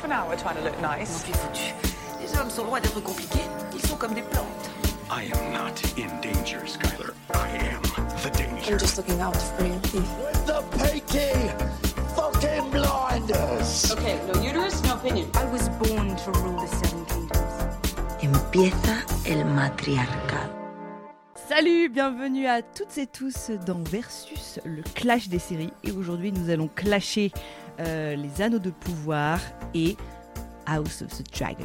an hour trying to look nice. M'en suis foutu. Les hommes sont loin d'être compliqués. Ils sont comme des plantes. I am not in danger, Skylar. I am the danger. I'm just looking out for you. The Peaky fucking blinders. Okay, no uterus, no opinion. I was born to rule the Seven Kingdoms. Empieza el matriarcado. Salut, bienvenue à toutes et tous dans Versus, le clash des séries. Et aujourd'hui, nous allons clasher les Anneaux de Pouvoir et House of the Dragons.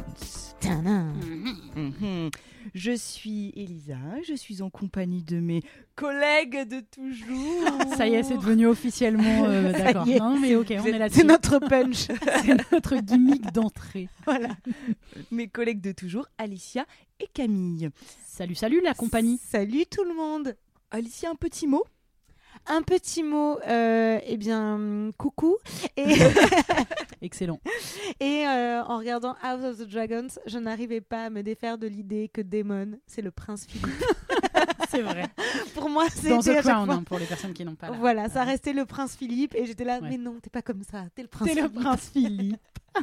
Je suis Elisa, je suis en compagnie de mes collègues de toujours. Ça y est, c'est devenu officiellement d'accord. Non, mais ok, on est là-dessus. C'est notre punch. C'est notre gimmick d'entrée. Voilà. Mes collègues de toujours, Alicia et Camille. Salut, salut la compagnie. Salut tout le monde. Alicia, un petit mot? Un petit mot, eh bien, coucou. Et Excellent. Et en regardant House of the Dragons, je n'arrivais pas à me défaire de l'idée que Daemon, c'est le prince Philippe. C'est vrai. Pour moi, c'était dans The à chaque Crown, fois... hein, pour les personnes qui n'ont pas là. Voilà, ça restait le prince Philippe et j'étais là, Ouais. mais non, t'es pas comme ça, t'es le prince T'es Philippe. le prince Philippe.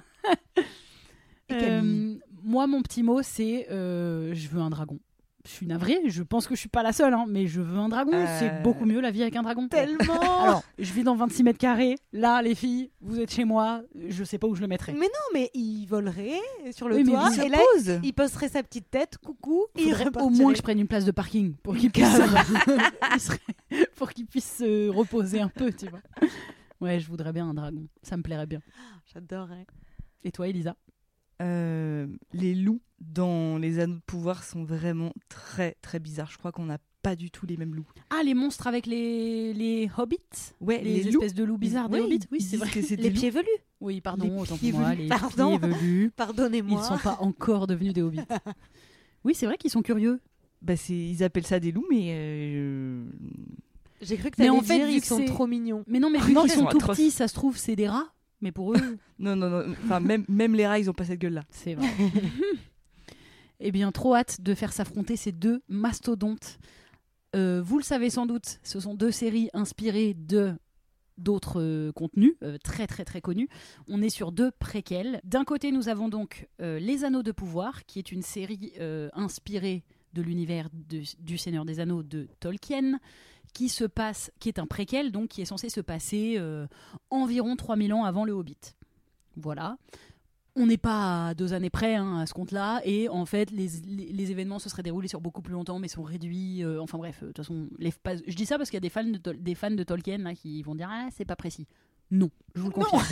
Moi, mon petit mot, c'est je veux un dragon. Je suis navrée, je pense que je suis pas la seule, hein, mais je veux un dragon. C'est beaucoup mieux la vie avec un dragon. Tellement. Alors, je vis dans 26 mètres carrés. Là, les filles, vous êtes chez moi. Je sais pas où je le mettrais. Mais non, mais il volerait sur le Oui, mais toit il et là, il poserait sa petite tête, coucou, et il Faudrait au repartirait. moins que je prenne une place de parking pour qu'il puisse, pour qu'il puisse se reposer un peu, tu vois. Ouais, je voudrais bien un dragon. Ça me plairait bien. J'adorerais. Et toi, Elisa? Les loups dans les Anneaux de Pouvoir sont vraiment très très bizarres. Je crois qu'on n'a pas du tout les mêmes loups. Ah, les monstres avec les hobbits? Ouais, les espèces de loups bizarres des hobbits? Oui, c'est vrai. Les pieds velus. Oui, pardon, Les autant pieds pour moi. velus. Les Pardon. pieds velus. Pardonnez-moi. Ils sont pas encore devenus des hobbits. Oui, c'est vrai qu'ils sont curieux. Bah, ils appellent ça des loups, mais J'ai cru que Mais t'allais en fait, dire vu ils que sont c'est- trop mignons. Mais non, mais vu Non, qu'ils ils sont sont tout atroces. petits, ça se trouve, c'est des rats. Mais pour eux, non. Enfin, même les rats, ils ont pas cette gueule-là. c'est vrai. Eh bien, trop hâte de faire s'affronter ces deux mastodontes. Vous le savez sans doute, ce sont deux séries inspirées d'autres contenus très très très connus. On est sur deux préquels. D'un côté, nous avons donc Les Anneaux de Pouvoir, qui est une série inspirée de l'univers du Seigneur des Anneaux de Tolkien, qui est un préquel, donc qui est censé se passer environ 3000 ans avant le Hobbit. Voilà. On n'est pas à 2 années près à ce compte-là, et en fait, les événements se seraient déroulés sur beaucoup plus longtemps, mais sont réduits. Enfin bref, de toute façon, je dis ça parce qu'il y a des fans de Tolkien là, qui vont dire « Ah, c'est pas précis ». Non, je vous le confirme.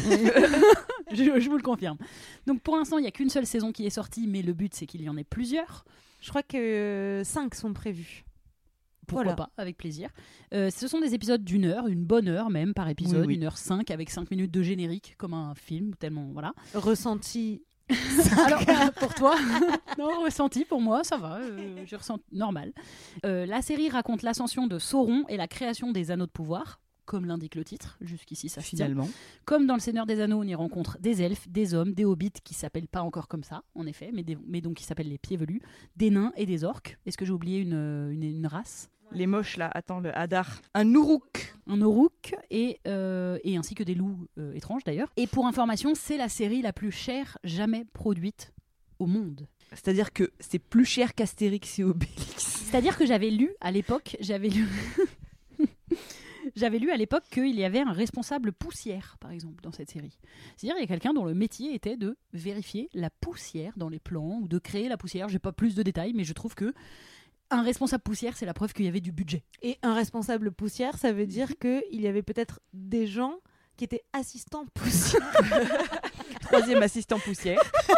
je vous le confirme. Donc pour l'instant, il n'y a qu'une seule saison qui est sortie, mais le but, c'est qu'il y en ait plusieurs. Je crois que 5 sont prévus. Pourquoi Voilà. pas, avec plaisir. Ce sont des épisodes d'1 heure, une bonne heure même par épisode, Oui. 1h05 avec 5 minutes de générique, comme un film, tellement voilà. Ressenti. Alors, pour toi non, ressenti pour moi, ça va, j'ai ressenti normal. La série raconte l'ascension de Sauron et la création des Anneaux de Pouvoir, comme l'indique le titre, jusqu'ici ça se tient. Finalement. Comme dans Le Seigneur des Anneaux, on y rencontre des elfes, des hommes, des hobbits qui s'appellent pas encore comme ça, en effet, mais donc qui s'appellent les pieds velus, des nains et des orques. Est-ce que j'ai oublié une race? Les moches là, attends, le Hadar. Un Uruk. Un Uruk et ainsi que des loups étranges d'ailleurs. Et pour information, c'est la série la plus chère jamais produite au monde. C'est-à-dire que c'est plus cher qu'Astérix et Obélix. C'est-à-dire que j'avais lu à l'époque qu'il y avait un responsable poussière, par exemple, dans cette série. C'est-à-dire qu'il y a quelqu'un dont le métier était de vérifier la poussière dans les plans ou de créer la poussière. J'ai pas plus de détails, mais je trouve que un responsable poussière, c'est la preuve qu'il y avait du budget. Et un responsable poussière, ça veut dire qu'il y avait peut-être des gens qui étaient assistants poussière. 3e assistant poussière.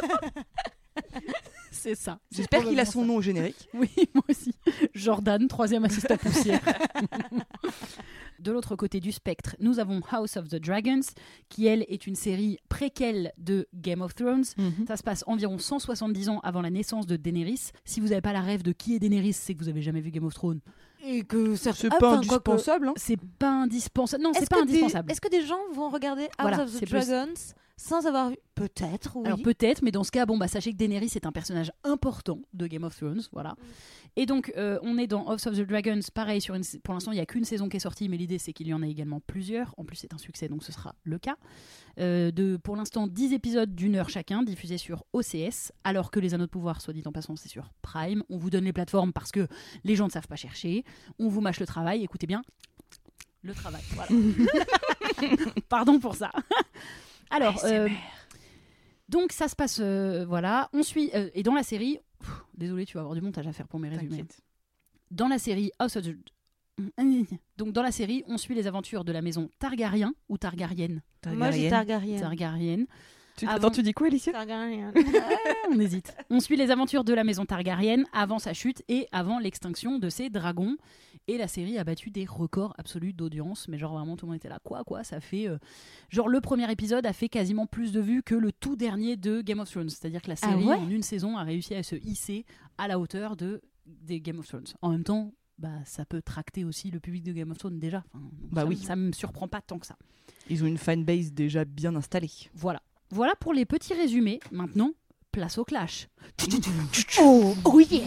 C'est ça. J'espère qu'il a son nom au générique. Oui, moi aussi. Jordan, 3e assistant poussière. De l'autre côté du spectre, nous avons House of the Dragons, qui elle est une série préquelle de Game of Thrones. Ça se passe environ 170 ans avant la naissance de Daenerys. Si vous n'avez pas la rêve de qui est Daenerys, c'est que vous n'avez jamais vu Game of Thrones. Et que C'est pas indispensable. Hein. C'est pas indispensable. Non, c'est pas indispensable. Est-ce que des gens vont regarder House Voilà, of the c'est plus- Dragons sans avoir vu. Peut-être, oui. Alors peut-être, mais dans ce cas, sachez que Daenerys est un personnage important de Game of Thrones, voilà. Et donc, on est dans House of the Dragons, pareil, pour l'instant, il n'y a qu'une saison qui est sortie, mais l'idée, c'est qu'il y en a également plusieurs. En plus, c'est un succès, donc ce sera le cas. Pour l'instant, 10 épisodes d'1 heure chacun, diffusés sur OCS, alors que Les Anneaux de Pouvoir, soit dit en passant, c'est sur Prime. On vous donne les plateformes parce que les gens ne savent pas chercher. On vous mâche le travail, écoutez bien, le travail, voilà. Pardon pour ça. Alors... donc ça se passe, voilà, on suit, et dans la série, désolé, tu vas avoir du montage à faire pour mes résumés. T'inquiète. Dans la série House of the... Donc dans la série, on suit les aventures de la maison Targaryen ou Targaryen. Moi, j'ai Targaryen. Targaryen. Attends, tu dis quoi, Alicia? Targaryen. On hésite. On suit les aventures de la maison Targaryen avant sa chute et avant l'extinction de ses dragons. Et la série a battu des records absolus d'audience. Mais genre vraiment tout le monde était là. Quoi ça fait... Genre le premier épisode a fait quasiment plus de vues que le tout dernier de Game of Thrones. C'est-à-dire que la série en une saison a réussi à se hisser à la hauteur des Game of Thrones. En même temps, ça peut tracter aussi le public de Game of Thrones déjà. Ça me surprend pas tant que ça. Ils ont une fanbase déjà bien installée. Voilà pour les petits résumés. Maintenant, place au clash. Oh yeah.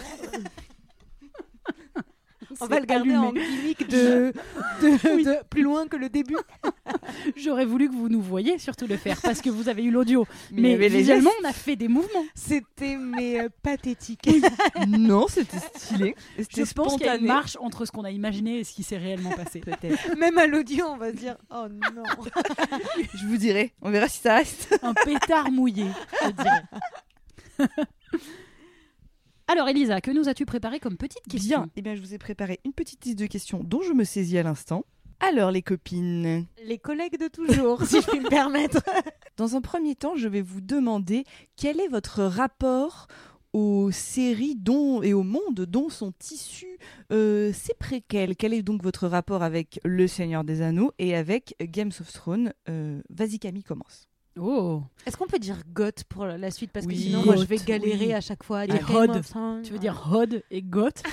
On va le garder en gimmick de plus loin que le début. J'aurais voulu que vous nous voyiez surtout le faire parce que vous avez eu l'audio. Mais visuellement, on a fait des mouvements. C'était pathétique. Non, c'était stylé. C'était Je pense qu'il y a une spontané. marche entre ce qu'on a imaginé et ce qui s'est réellement passé. Peut-être. Même à l'audio, on va se dire oh non. Je vous dirai. On verra si ça reste. Un pétard mouillé, je dirais. Alors Elisa, que nous as-tu préparé comme petite question? Bien, je vous ai préparé une petite liste de questions dont je me saisis à l'instant. Alors les copines, Les collègues de toujours, si je puis me permettre. dans un premier temps, je vais vous demander quel est votre rapport aux séries et au monde dont sont issus ces préquels. Quel est donc votre rapport avec Le Seigneur des Anneaux et avec Game of Thrones? Vas-y Camille, commence. Oh, Est-ce qu'on peut dire goth pour la suite? Parce que Oui, sinon, moi, je goth, vais galérer oui. à chaque fois à Et dire Rod. Game of Thrones. tu veux dire Hod et Goth?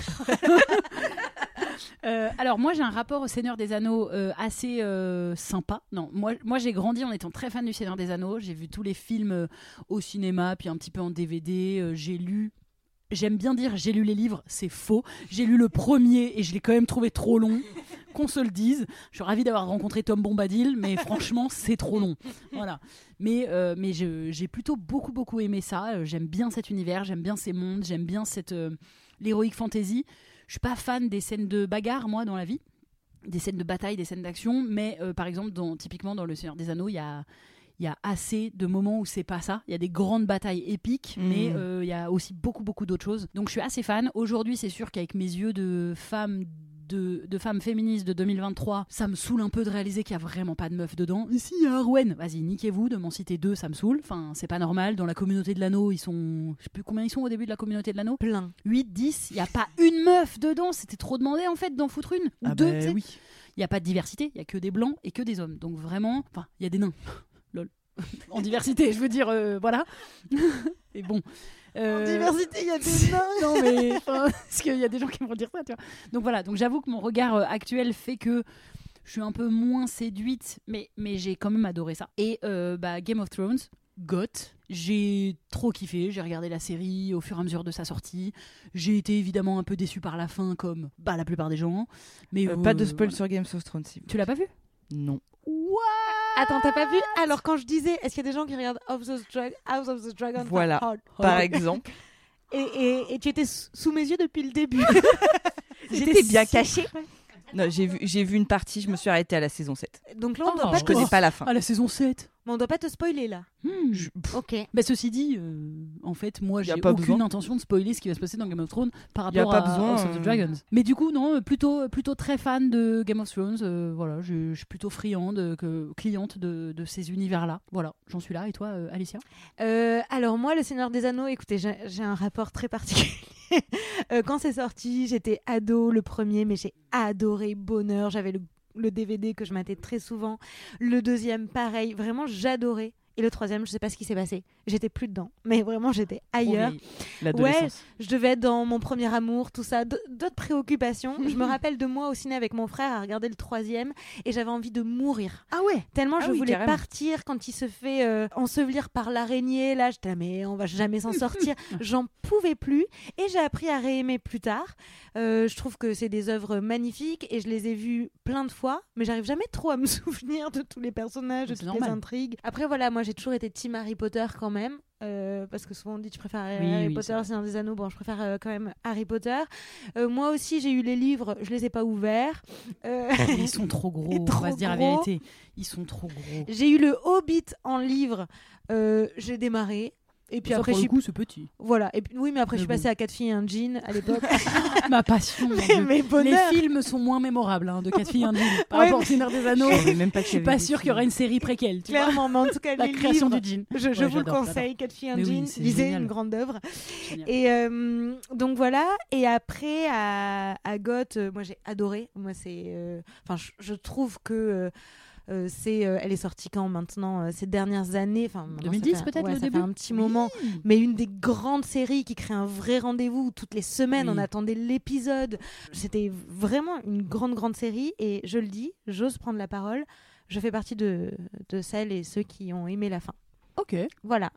Alors moi j'ai un rapport au Seigneur des Anneaux assez sympa. Non, moi j'ai grandi en étant très fan du Seigneur des Anneaux. J'ai vu tous les films au cinéma, puis un petit peu en DVD. J'ai lu. J'aime bien dire j'ai lu les livres, c'est faux. J'ai lu le premier et je l'ai quand même trouvé trop long, qu'on se le dise. Je suis ravie d'avoir rencontré Tom Bombadil, mais franchement c'est trop long. Voilà. Mais j'ai plutôt beaucoup aimé ça. J'aime bien cet univers, j'aime bien ces mondes, j'aime bien l'héroïque fantasy. Je suis pas fan des scènes de bagarre moi dans la vie, des scènes de bataille, des scènes d'action, mais par exemple typiquement dans Le Seigneur des Anneaux, il y a assez de moments où c'est pas ça. Il y a des grandes batailles épiques, mais il y a aussi beaucoup d'autres choses. Donc je suis assez fan. Aujourd'hui, c'est sûr qu'avec mes yeux de femme féministe de 2023, ça me saoule un peu de réaliser qu'il y a vraiment pas de meuf dedans. Ici, il y a Arwen. Vas-y, niquez-vous de m'en citer 2, ça me saoule. Enfin, c'est pas normal. Dans la communauté de l'anneau, je sais plus combien ils sont au début de la communauté de l'anneau. Plein. 8, 10, il y a pas une meuf dedans. C'était trop demandé en fait d'en foutre une ou deux. Tu sais. Oui. Il y a pas de diversité. Il y a que des blancs et que des hommes. Donc vraiment, enfin, il y a des nains. Lol. En diversité, je veux dire, voilà. Et bon. En diversité, il y a des nains. Non mais parce qu'il y a des gens qui vont dire ça, tu vois. Donc voilà, donc j'avoue que mon regard actuel fait que je suis un peu moins séduite, mais j'ai quand même adoré ça. Et Game of Thrones, GOT, j'ai trop kiffé. J'ai regardé la série au fur et à mesure de sa sortie. J'ai été évidemment un peu déçue par la fin, comme la plupart des gens. Mais Pas de spoil voilà. sur Game of Thrones. Si vous... Tu l'as pas vu? Non. Attends, t'as pas vu? Alors quand je disais, est-ce qu'il y a des gens qui regardent House of the Dragon? Voilà. Hard. Par exemple. Et tu étais sous mes yeux depuis le début. J'étais bien cachée. Non, j'ai vu une partie, je me suis arrêtée à la saison 7. Donc là, on doit Oh, pas Je connais pas la fin. Ah, la saison 7. Mais on doit pas te spoiler là. Ok. Bah, ceci dit, en fait, moi, Y a j'ai pas aucune besoin. intention de spoiler ce qui va se passer dans Game of Thrones par Y a rapport pas à besoin, House of the Dragons. Mais du coup, non, plutôt très fan de Game of Thrones. Voilà, je suis plutôt friande, cliente de ces univers-là. Voilà, j'en suis là. Et toi, Alicia? Alors moi, Le Seigneur des Anneaux, écoutez, j'ai un rapport très particulier. Quand c'est sorti, j'étais ado le premier, mais j'ai adoré Bonheur. J'avais le DVD que je matais très souvent. Le deuxième, pareil. Vraiment, j'adorais. Et le 3e, je sais pas ce qui s'est passé. J'étais plus dedans. Mais vraiment, j'étais ailleurs. L'adolescence. Je devais être dans mon premier amour, tout ça. D'autres préoccupations. Je me rappelle de moi au ciné avec mon frère à regarder le 3e et j'avais envie de mourir. Ah ouais. Tellement je voulais carrément. partir quand il se fait ensevelir par l'araignée. Là, j'étais là, mais on va jamais s'en sortir. J'en pouvais plus et j'ai appris à réaimer plus tard. Je trouve que c'est des œuvres magnifiques et je les ai vues plein de fois, mais j'arrive jamais trop à me souvenir de tous les personnages, de C'est toutes les normal. intrigues. Après voilà, moi j'ai toujours été team Harry Potter quand même. Parce que souvent on dit tu préfères Harry Potter, Seigneur des Anneaux. Bon, je préfère quand même Harry Potter. Moi aussi j'ai eu les livres, je les ai pas ouverts. Ils sont trop gros, on Trop va se dire la gros. vérité. Ils sont trop gros. J'ai eu le Hobbit en livre, j'ai démarré. Et puis Ça, après, pour je le suis... coup, c'est petit. Voilà. Et puis, oui, mais après, je suis Mais passée à 4 filles et un jean à l'époque. Ma passion, mon Dieu. mais Les bonheur. films sont moins mémorables de 4 filles, un jean. Par Ouais, rapport au Seigneur des Anneaux, Je savais même pas je suis pas sûre qu'il y aura une série préquelle. Tu vois. Clairement, mais en tout cas, La les création livres, du jean. je Ouais, vous le j'adore, conseille. 4 filles et un Mais oui, jean. c'est Lisez génial. une grande œuvre. Génial. Et donc voilà. Et après, à Goth, moi, j'ai adoré. Moi, c'est... Enfin, je trouve que... elle est sortie quand maintenant ces dernières années, enfin 2010 ça fait, peut-être, le ça début. fait un petit moment, mais une des grandes séries qui crée un vrai rendez-vous où toutes les semaines Oui. on attendait l'épisode. C'était vraiment une grande série et je le dis, j'ose prendre la parole, je fais partie de celles et ceux qui ont aimé la fin. Ok. Voilà,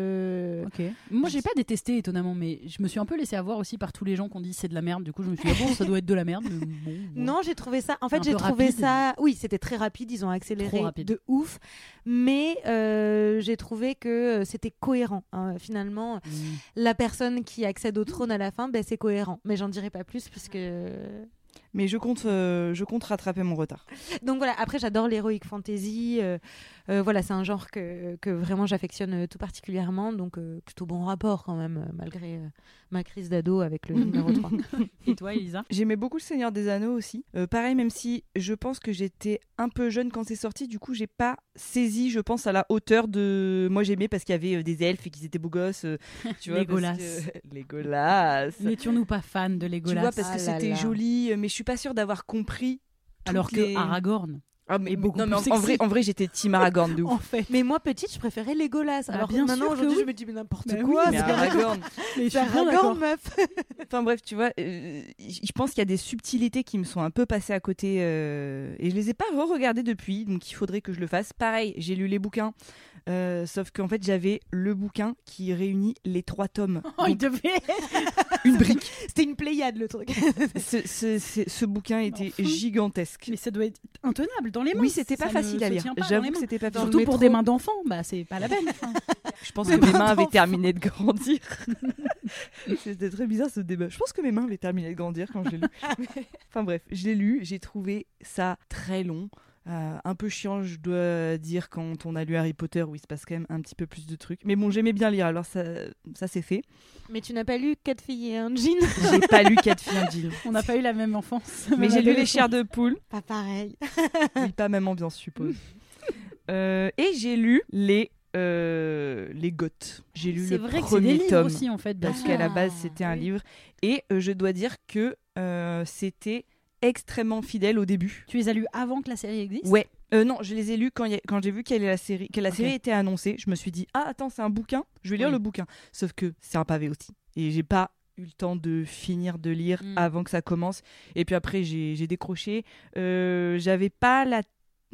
Moi, j'ai pas détesté étonnamment, mais je me suis un peu laissé avoir aussi par tous les gens qui ont dit c'est de la merde. Du coup, je me suis dit, ah bon, ça doit être de la merde. Mais bon, ouais. Non, j'ai trouvé ça. En fait, Un j'ai peu trouvé rapide. ça. Oui, c'était très rapide. Ils ont accéléré Trop rapide. de ouf. Mais j'ai trouvé que c'était cohérent. Finalement, la personne qui accède au trône à la fin, c'est cohérent. Mais j'en dirai pas plus parce que. Mais je compte rattraper mon retard. Donc voilà. Après, j'adore l'heroic fantasy. Voilà, c'est un genre que vraiment j'affectionne tout particulièrement. Donc plutôt bon rapport quand même, malgré ma crise d'ado avec le numéro 3. Et toi, Elisa? J'aimais beaucoup le Seigneur des Anneaux aussi. Pareil, même si je pense que j'étais un peu jeune quand c'est sorti, du coup j'ai pas saisi, je pense, à la hauteur de... Moi j'aimais parce qu'il y avait des elfes et qu'ils étaient beaux gosses. Tu vois, Legolas. Legolas. N'étions-nous pas fans de Tu Legolas? vois, parce que Ah là c'était là. joli, mais je suis pas sûre d'avoir compris. Alors toutes que les- Aragorn, Ah, mais beaucoup non, mais plus en sexy. vrai, j'étais team Aragorn de ouf. en fait. Mais moi, petite, je préférais Legolas. Bah, Alors bien maintenant, sûr que aujourd'hui, oui. je me dis mais n'importe Mais quoi. oui, Mais c'est Aragorn. Mais je c'est suis bien Aragorn, d'accord. meuf. Enfin bref, tu vois, je pense qu'il y a des subtilités qui me sont un peu passées à côté et je les ai pas re-regardées depuis, donc il faudrait que je le fasse. Pareil, j'ai lu les bouquins, sauf qu'en fait j'avais le bouquin qui réunit les 3 tomes. Oh, il Donc, devait. une brique. C'était une Pléiade le truc. Ce bouquin était Enfin. gigantesque. Mais ça doit être intenable dans les mains. Oui, c'était pas Ça facile ne à se lire. tient pas dans J'avoue les que mains. c'était pas facile. Surtout le pour métro. des mains d'enfants, bah c'est pas la peine. Je pense Mais que mes mains pas avaient d'enfant. terminé de grandir. C'était très bizarre ce débat. Je pense que mes mains avaient terminé de grandir quand je l'ai lu. Enfin bref, je l'ai lu, j'ai trouvé ça très long. Un peu chiant, je dois dire, quand on a lu Harry Potter, où il se passe quand même un petit peu plus de trucs. Mais bon, j'aimais bien lire, alors ça c'est fait. Mais tu n'as pas lu 4 filles et un jean? J'ai pas lu 4 filles un jean. On n'a pas eu la même enfance. Mais j'ai lu Les Chairs de Poule. Pas pareil. Oui, pas même ambiance, je suppose. Et j'ai lu les Goths. J'ai lu C'est le vrai que c'est des premier livres tome. aussi en fait. Parce bah. qu'à la base, c'était un oui. livre. Et je dois dire que c'était extrêmement fidèle au début. Tu les as lus avant que la série existe? Ouais. Non, je les ai lus quand j'ai vu que la série Ok. était annoncée. Je me suis dit, ah, attends, c'est un bouquin. Je vais lire Oui. le bouquin. Sauf que c'est un pavé aussi. Et j'ai pas eu le temps de finir de lire avant que ça commence. Et puis après, j'ai décroché. J'avais pas la...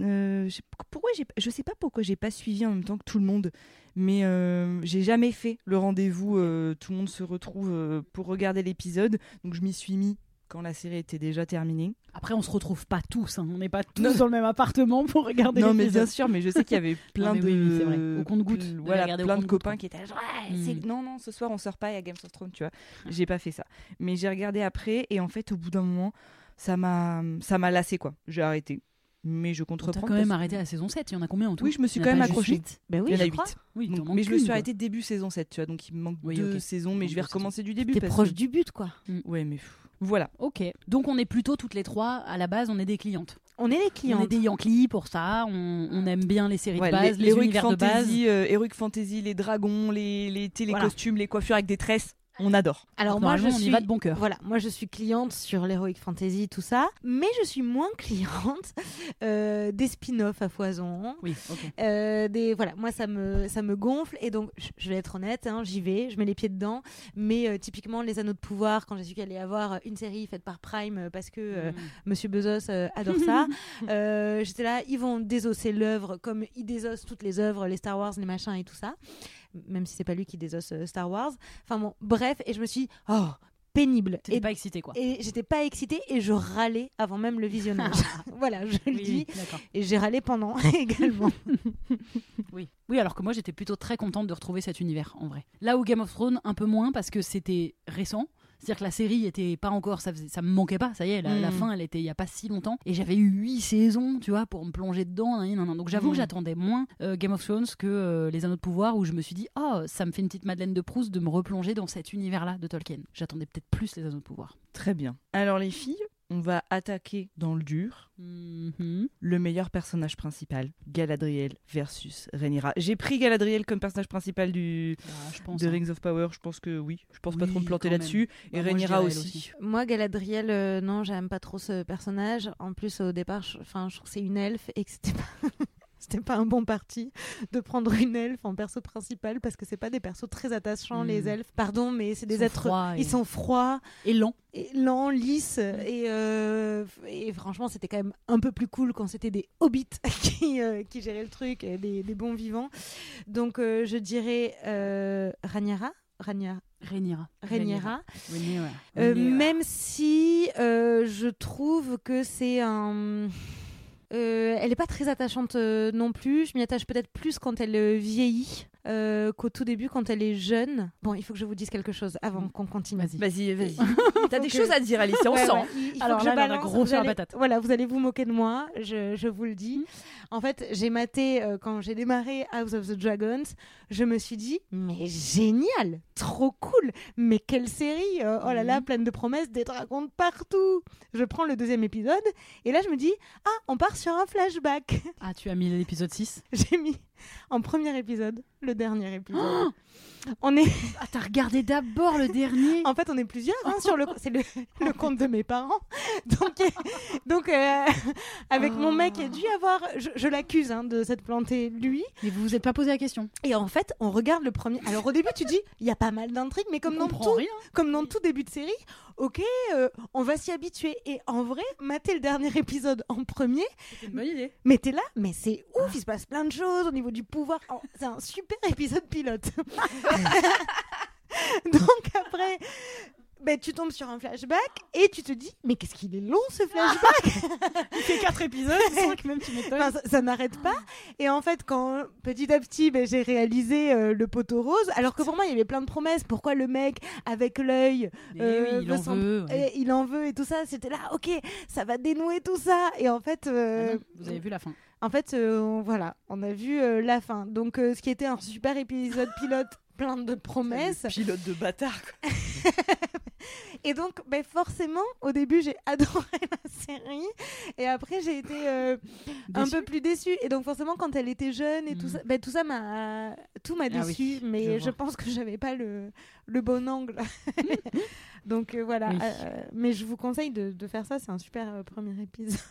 je sais pas pourquoi j'ai pas suivi en même temps que tout le monde. Mais j'ai jamais fait le rendez-vous. Tout le monde se retrouve pour regarder l'épisode. Donc je m'y suis mis quand la série était déjà terminée. Après, on se retrouve pas tous. On n'est pas tous Non. dans le même appartement pour regarder Non, mais l'épisode. bien sûr, mais je sais qu'il y avait plein mais de... oui, c'est vrai. Au compte-gouttes, de Voilà, regarder au plein de compte-gouttes, copains quoi. qui étaient là, genre, ouais, Mm. non, ce soir on sort pas, il y a Game of Thrones, tu vois. J'ai pas fait ça. Mais j'ai regardé après et en fait, au bout d'un moment, ça m'a lassé, quoi. J'ai arrêté. Mais je compte T'as reprendre. quand même parce- arrêté à la saison 7. Il y en a combien en tout? Oui, je me suis Il y en quand a même pas juste accrochée. 8? Ben oui, Il y en a je crois. 8. Oui, il t'en Donc, manque mais je me une, suis quoi. arrêtée début saison 7, tu vois. Donc il me manque Oui, 2 ok. saisons, mais Donc je vais 2 saisons. recommencer du début. T'es parce proche que- du but, quoi. Ouais, mais voilà. Ok. Donc on est plutôt toutes les trois, à la base, on est des clientes. On est les On clients. est des Yankees pour ça. On aime bien les séries Ouais, de base, les l'heroic univers de base. fantasy, heroic fantasy, les dragons, les Voilà. costumes, les coiffures avec des tresses. On adore. Alors moi, Normalement, on y va de bon cœur. Voilà, moi je suis cliente sur l'heroic fantasy, tout ça, mais je suis moins cliente des spin-offs à foison. Oui, ok. Voilà, moi ça me gonfle et donc je vais être honnête, hein, j'y vais, je mets les pieds dedans. Mais typiquement les Anneaux de pouvoir, quand j'ai su qu'il allait y avoir une série faite par Prime parce que Monsieur Bezos adore ça, j'étais là, ils vont désosser l'œuvre comme ils désossent toutes les œuvres, les Star Wars, les machins et tout ça. Même si c'est pas lui qui désosse Star Wars. Enfin bon, bref, et je me suis dit, pénible. T'étais pas excitée, quoi. Et j'étais pas excitée et je râlais avant même le visionnage. Voilà, je le dis. D'accord. Et j'ai râlé pendant également. Oui, alors que moi j'étais plutôt très contente de retrouver cet univers en vrai. Là où Game of Thrones, un peu moins parce que c'était récent. C'est-à-dire que la série était pas encore, ça me manquait pas, ça y est, la fin elle était il y a pas si longtemps et j'avais eu 8 saisons, tu vois, pour me plonger dedans. Donc j'avoue que j'attendais moins Game of Thrones que les Anneaux de pouvoir où je me suis dit ça me fait une petite Madeleine de Proust de me replonger dans cet univers-là de Tolkien. J'attendais peut-être plus les Anneaux de pouvoir. Très bien. Alors les filles, on va attaquer dans le dur. Le meilleur personnage principal, Galadriel versus Rhaenyra. J'ai pris Galadriel comme personnage principal de Rings of Power. Je pense que oui. Je pense pas trop me planter là-dessus. Et Rhaenyra aussi. Moi, Galadriel, non, j'aime pas trop ce personnage. En plus, au départ, je trouve que c'est une elfe et que c'était pas... C'était pas un bon parti de prendre une elfe en perso principal parce que c'est pas des persos très attachants, les elfes. Pardon, mais c'est des êtres. Ils sont froids. Et lents. Lisses. Et franchement, c'était quand même un peu plus cool quand c'était des hobbits qui géraient le truc, et des bons vivants. Donc, je dirais Rhaenyra. Même si je trouve que c'est un... elle est pas très attachante non plus. Je m'y attache peut-être plus quand elle vieillit qu'au tout début quand elle est jeune. Bon, il faut que je vous dise quelque chose avant qu'on continue. Vas-y. T'as des choses à dire, Alicia, on sent. Il Alors faut là, que je on a balance. grossir la patate. Voilà, vous allez vous moquer de moi, je vous le dis. En fait, j'ai maté, quand j'ai démarré House of the Dragons, je me suis dit, mais génial, trop cool, mais quelle série, oh là là, pleine de promesses, des dragons de partout. Je prends le 2e épisode, et là je me dis, on part sur un flashback. Ah, tu as mis l'épisode 6 ? J'ai mis en premier épisode, le dernier épisode. On est... Ah, t'as regardé d'abord le dernier ? En fait, on est plusieurs sur le... C'est le compte de mes parents. Donc avec mon mec, il a dû avoir... Je l'accuse de s'être planté, lui. Mais vous vous êtes pas posé la question. Et en fait, on regarde le premier... Alors au début, tu dis, il y a pas mal d'intrigues, mais comme dans tout début de série, ok, on va s'y habituer. Et en vrai, mater le dernier épisode en premier... C'est une bonne idée. Mais t'es là, mais c'est ouf, il se passe plein de choses au niveau du pouvoir. C'est un super épisode pilote. Donc après, tu tombes sur un flashback et tu te dis, mais qu'est-ce qu'il est long ce flashback. Il fait 4 épisodes, 5 même, tu m'étonnes. Enfin, ça n'arrête pas. Et en fait, quand petit à petit, j'ai réalisé le poteau rose, alors que pour moi, il y avait plein de promesses. Pourquoi le mec avec l'œil il en veut. Il en veut et tout ça. C'était là, ok, ça va dénouer tout ça. Et en fait... vous avez vu la fin. En fait, voilà, on a vu la fin. Donc, ce qui était un super épisode pilote, plein de promesses. Pilote de bâtard, quoi. Et donc, forcément, au début, j'ai adoré la série. Et après, j'ai été un peu plus déçue. Et donc, forcément, quand elle était jeune et tout ça, tout m'a déçue. Oui, mais je pense que j'avais pas le bon angle. Donc, voilà. Oui. Mais je vous conseille de faire ça. C'est un super premier épisode.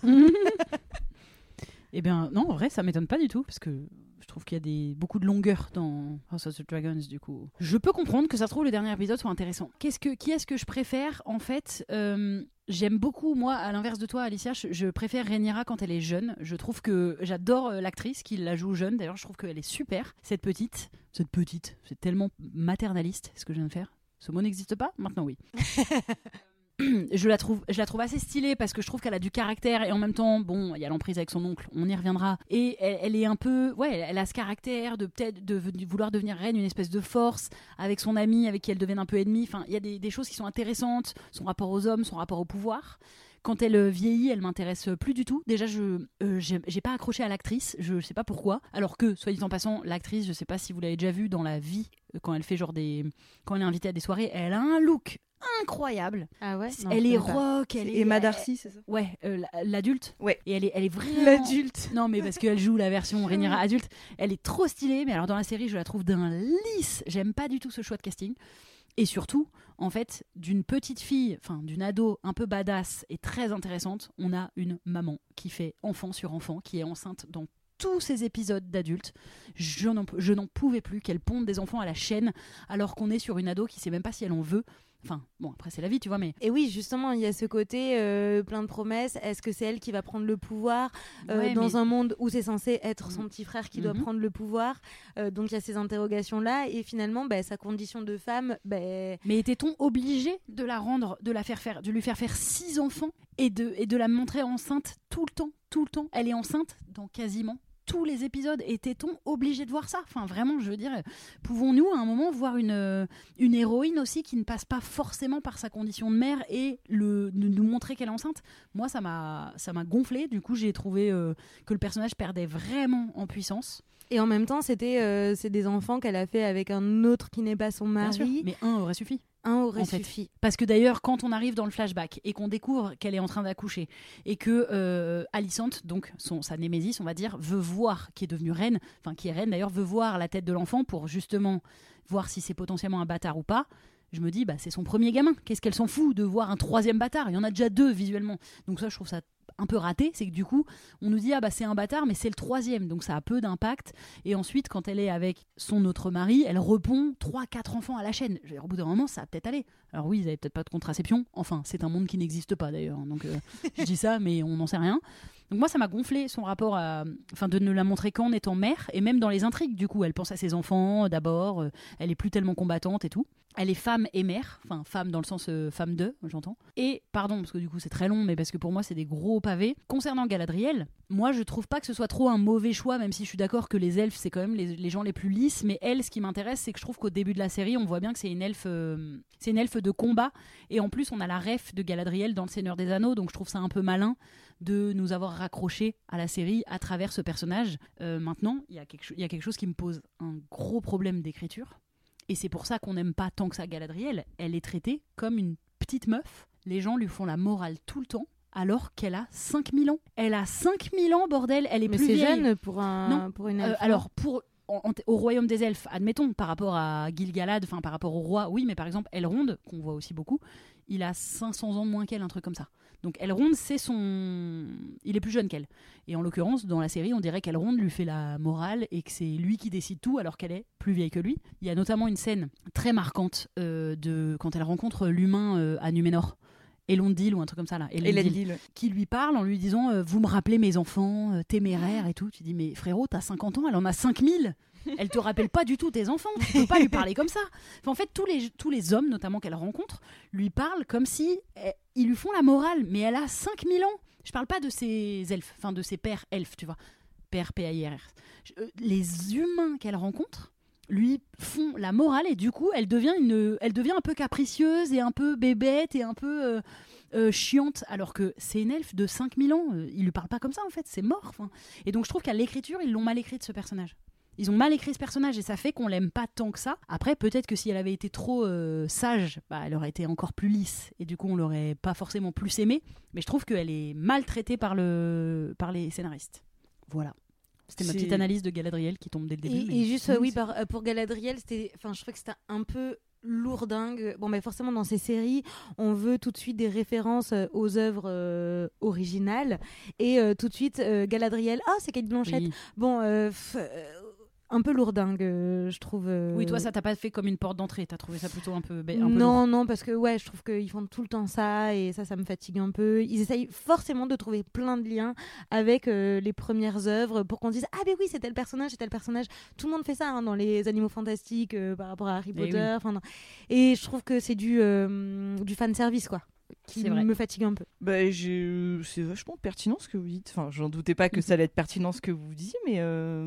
Eh bien, non, en vrai, ça m'étonne pas du tout, parce que je trouve qu'il y a beaucoup de longueur dans House of the Dragons, du coup. Je peux comprendre que ça se trouve le dernier épisode soit intéressant. Qui est-ce que je préfère, en fait j'aime beaucoup, moi, à l'inverse de toi, Alicia, je préfère Rhaenyra quand elle est jeune. Je trouve que j'adore l'actrice qui la joue jeune. D'ailleurs, je trouve qu'elle est super, cette petite. C'est tellement maternaliste, ce que je viens de faire. Ce mot n'existe pas ? Maintenant, oui. Je la trouve assez stylée parce que je trouve qu'elle a du caractère et en même temps, bon, il y a l'emprise avec son oncle, on y reviendra. Et elle est un peu, elle a ce caractère de peut-être de vouloir devenir reine, une espèce de force avec son ami, avec qui elle devient un peu ennemie. Enfin, il y a des choses qui sont intéressantes, son rapport aux hommes, son rapport au pouvoir. Quand elle vieillit, elle m'intéresse plus du tout. Déjà, j'ai pas accroché à l'actrice, je sais pas pourquoi. Alors que, soit dit en passant, l'actrice, je sais pas si vous l'avez déjà vue dans la vie, quand elle fait quand elle est invitée à des soirées, elle a un look incroyable. Ah ouais. Non, elle est rock, elle est Emma Darcy, c'est ça? Ouais, l'adulte. Ouais. Et elle est vraiment l'adulte. Non, mais parce qu'elle joue la version Rhaenyra adulte, elle est trop stylée. Mais alors dans la série, je la trouve d'un lisse. J'aime pas du tout ce choix de casting. Et surtout, en fait, d'une petite fille, enfin d'une ado un peu badass et très intéressante, on a une maman qui fait enfant sur enfant, qui est enceinte dans tous ces épisodes d'adultes. Je n'en pouvais plus qu'elle ponde des enfants à la chaîne alors qu'on est sur une ado qui sait même pas si elle en veut. Enfin, bon, après c'est la vie, tu vois, mais... Et oui, justement, il y a ce côté plein de promesses. Est-ce que c'est elle qui va prendre le pouvoir dans un monde où c'est censé être son petit frère qui doit prendre le pouvoir donc il y a ces interrogations-là. Et finalement, sa condition de femme... Mais était-on obligé de de lui faire faire 6 enfants et de la montrer enceinte tout le temps? Elle est enceinte dans quasiment tous les épisodes. Était-on obligé de voir ça? Enfin, vraiment, je veux dire, pouvons-nous à un moment voir une héroïne aussi qui ne passe pas forcément par sa condition de mère et nous montrer qu'elle est enceinte? Moi, ça m'a gonflé. Du coup, j'ai trouvé que le personnage perdait vraiment en puissance. Et en même temps, c'est des enfants qu'elle a fait avec un autre qui n'est pas son mari. Bien sûr, mais un aurait suffi. Un aurait suffi. Parce que d'ailleurs, quand on arrive dans le flashback et qu'on découvre qu'elle est en train d'accoucher et que Alicente, donc sa némésis, on va dire, veut voir, qui est devenue reine, enfin qui est reine d'ailleurs, veut voir la tête de l'enfant pour justement voir si c'est potentiellement un bâtard ou pas. Je me dis, c'est son premier gamin. Qu'est-ce qu'elle s'en fout de voir un 3e bâtard? Il y en a déjà 2 visuellement. Donc ça, je trouve ça un peu raté. C'est que du coup, on nous dit, c'est un bâtard, mais c'est le 3e. Donc ça a peu d'impact. Et ensuite, quand elle est avec son autre mari, elle repond 3-4 enfants à la chaîne. Au bout d'un moment, ça va peut-être aller. Alors oui, ils n'avaient peut-être pas de contraception. Enfin, c'est un monde qui n'existe pas d'ailleurs. Donc je dis ça, mais on n'en sait rien. Donc moi, ça m'a gonflé son rapport de ne la montrer qu'en étant mère, et même dans les intrigues, du coup, elle pense à ses enfants d'abord, elle est plus tellement combattante et tout. Elle est femme et mère, enfin femme dans le sens femme de, j'entends. Et, pardon, parce que du coup c'est très long, mais parce que pour moi c'est des gros pavés. Concernant Galadriel, moi je trouve pas que ce soit trop un mauvais choix, même si je suis d'accord que les elfes c'est quand même les gens les plus lisses, mais elle, ce qui m'intéresse, c'est que je trouve qu'au début de la série, on voit bien que c'est une elfe de combat, et en plus on a la ref de Galadriel dans Le Seigneur des Anneaux, donc je trouve ça un peu malin de nous avoir raccroché à la série à travers ce personnage. Maintenant, il y a quelque chose qui me pose un gros problème d'écriture. Et c'est pour ça qu'on n'aime pas tant que ça Galadriel. Elle est traitée comme une petite meuf. Les gens lui font la morale tout le temps, alors qu'elle a 5000 ans. Elle a 5000 ans, bordel. Elle est plus vieille. Mais c'est jeune pour une elfe. Alors, au royaume des elfes, admettons, par rapport à Gil-galad, enfin par rapport au roi, oui, mais par exemple, Elrond, qu'on voit aussi beaucoup, il a 500 ans de moins qu'elle, un truc comme ça. Donc Elrond, il est plus jeune qu'elle. Et en l'occurrence, dans la série, on dirait qu'Elrond lui fait la morale et que c'est lui qui décide tout alors qu'elle est plus vieille que lui. Il y a notamment une scène très marquante quand elle rencontre l'humain à Numénor. Elendil ou un truc comme ça là. Elendil, qui lui parle en lui disant vous me rappelez mes enfants téméraires et tout. Tu dis mais frérot, t'as 50 ans, elle en a 5000. Elle te rappelle pas du tout tes enfants, tu peux pas lui parler comme ça. Enfin, en fait, tous les hommes, notamment qu'elle rencontre, lui parlent comme si ils lui font la morale, mais elle a 5000 ans. Je parle pas de ses elfes, enfin de ses pères elfes, tu vois. Père P-A-I-R. Les humains qu'elle rencontre lui font la morale et du coup, elle devient un peu capricieuse et un peu bébête et un peu chiante, alors que c'est une elfe de 5000 ans. Il lui parle pas comme ça, en fait, c'est mort. Enfin. Et donc, je trouve qu'à l'écriture, ils l'ont mal écrit de ce personnage. Ils ont mal écrit ce personnage et ça fait qu'on l'aime pas tant que ça. Après, peut-être que si elle avait été trop sage, elle aurait été encore plus lisse et du coup on l'aurait pas forcément plus aimée. Mais je trouve qu'elle est mal traitée par les scénaristes. Voilà. C'était ma petite analyse de Galadriel qui tombe dès le début. Et juste, pour je trouvais que c'était un peu lourdingue. Bon, mais forcément, dans ces séries, on veut tout de suite des références aux œuvres originales. Et tout de suite, Galadriel, c'est Cate Blanchett. Oui. Bon, un peu lourdingue, je trouve. Oui, toi, ça t'a pas fait comme une porte d'entrée. T'as trouvé ça plutôt un peu non, non, parce que je trouve qu'ils font tout le temps ça et ça me fatigue un peu. Ils essayent forcément de trouver plein de liens avec les premières œuvres pour qu'on dise mais oui, c'est tel personnage, c'est tel personnage. Tout le monde fait ça dans les Animaux Fantastiques par rapport à Harry Potter. Oui. Et je trouve que c'est du fan service, quoi. Qui me fatigue un peu. C'est vachement pertinent ce que vous dites. Enfin, j'en doutais pas que ça allait être pertinent ce que vous disiez, mais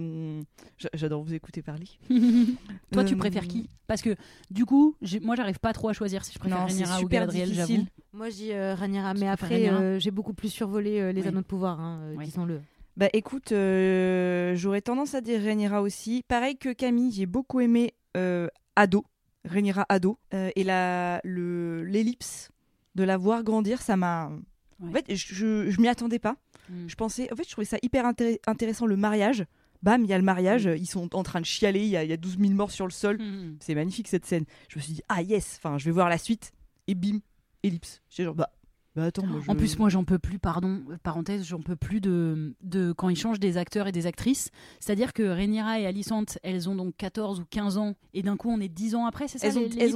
j'adore vous écouter parler. Toi, tu préfères qui? Parce que du coup, moi, j'arrive pas trop à choisir si je préfère Rhaenyra ou Galadriel, j'avoue. Moi, je dis Rhaenyra, mais après, j'ai beaucoup plus survolé les Anneaux de pouvoir, disons-le. Écoute, j'aurais tendance à dire Rhaenyra aussi. Pareil que Camille, j'ai beaucoup aimé ado, Rhaenyra ado, et l'ellipse de la voir grandir, ça m'a... Ouais. En fait, je m'y attendais pas. Je pensais... En fait, je trouvais ça hyper intéressant, le mariage, bam, il y a le mariage, ils sont en train de chialer, il y a 12 000 morts sur le sol. C'est magnifique cette scène. Je me suis dit, ah yes, enfin, je vais voir la suite. Et bim, ellipse. J'étais genre, bah attends, moi En plus, moi, j'en peux plus, parenthèse, j'en peux plus de quand ils changent des acteurs et des actrices. C'est-à-dire que Rhaenyra et Alicent, elles ont donc 14 ou 15 ans, et d'un coup, on est 10 ans après, c'est ça? Elles ont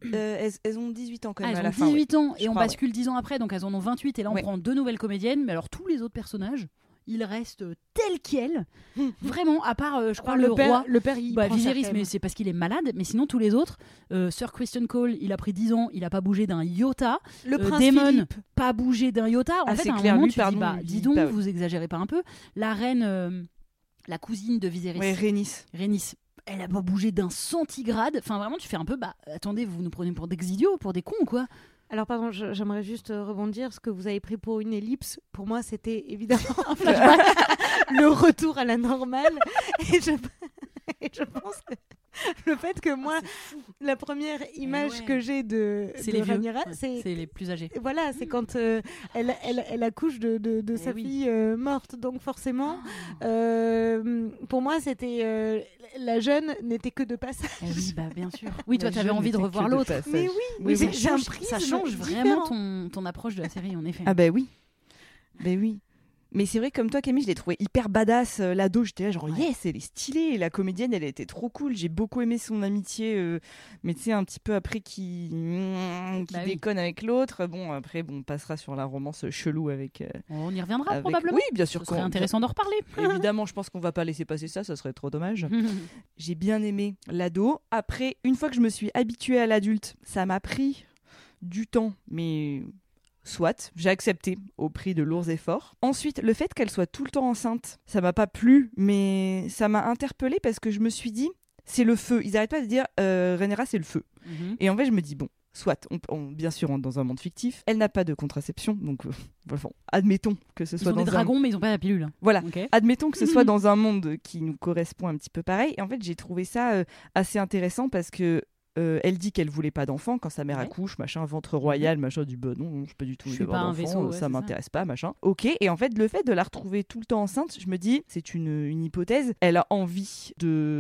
18 ans quand même à elles la ont fin. 18 ans, Je et on crois, bascule 10 ans après, donc elles en ont 28, et là, on prend 2 nouvelles comédiennes, mais alors tous les autres personnages, ils restent tels quels. Vraiment, à part, je crois, le roi. Le père, il prend Viserys, cher, mais c'est parce qu'il est malade. Mais sinon, tous les autres, Sir Criston Cole, il a pris 10 ans, il a pas bougé d'un iota. Le prince Daemon, Philippe. pas bougé d'un iota. En fait, c'est à un clair, moment, lui, tu pardon, dis, lui, dis donc, pas- vous exagérez pas un peu. La reine, la cousine de Viserys, Ouais, Rhaenys. Rhaenys, elle a pas bougé d'un centigrade. Enfin, vraiment, tu fais un peu, attendez, vous nous prenez pour des idiots, pour des cons, quoi. Alors pardon, j'aimerais juste rebondir. Ce que vous avez pris pour une ellipse, pour moi, c'était évidemment un flashback, le retour à la normale. Et je pense que le fait que moi, la première image que j'ai c'est de les vieux, Rhaenyra, c'est les plus âgés. Voilà, c'est quand elle accouche de sa fille morte. Donc forcément, pour moi, c'était la jeune n'était que de passage. Oui, bien sûr. Oui, toi, La t'avais jeune envie de n'était revoir que de l'autre. passage. Mais oui, Oui, mais oui. j'ai un Ça prisme change différent. vraiment ton approche de la série, en effet. Ah bah oui. Ben oui. Mais c'est vrai, comme toi, Camille, je l'ai trouvé hyper badass. L'ado, j'étais là, genre, yes, elle est stylée. Et la comédienne, elle était trop cool. J'ai beaucoup aimé son amitié. Mais tu sais, un petit peu après, qui déconne avec l'autre. Bon, après, on passera sur la romance chelou avec. On y reviendra avec... probablement. Oui, bien sûr. Ce serait intéressant d'en reparler. Évidemment, je pense qu'on va pas laisser passer ça. Ça serait trop dommage. J'ai bien aimé l'ado. Après, une fois que je me suis habituée à l'adulte, ça m'a pris du temps. Mais. Soit, j'ai accepté au prix de lourds efforts. Ensuite, le fait qu'elle soit tout le temps enceinte, ça m'a pas plu, mais ça m'a interpellée parce que je me suis dit, c'est le feu. Ils arrêtent pas de dire Rhaenyra, c'est le feu. Et en fait, je me dis, bon, soit, bien sûr, on est dans un monde fictif, elle n'a pas de contraception, donc admettons que ce soit ils ont dans des dragons, mais ils ont pas la pilule. Voilà, Okay. admettons que ce soit dans un monde qui nous correspond un petit peu pareil. Et en fait, j'ai trouvé ça assez intéressant parce que elle dit qu'elle voulait pas d'enfant quand sa mère accouche, machin, ventre royal, machin, du non, je peux du tout Je suis avoir pas un d'enfant, vaisseau, ça m'intéresse pas, machin. Ok, et en fait, le fait de la retrouver tout le temps enceinte, je me dis, c'est une hypothèse, elle a envie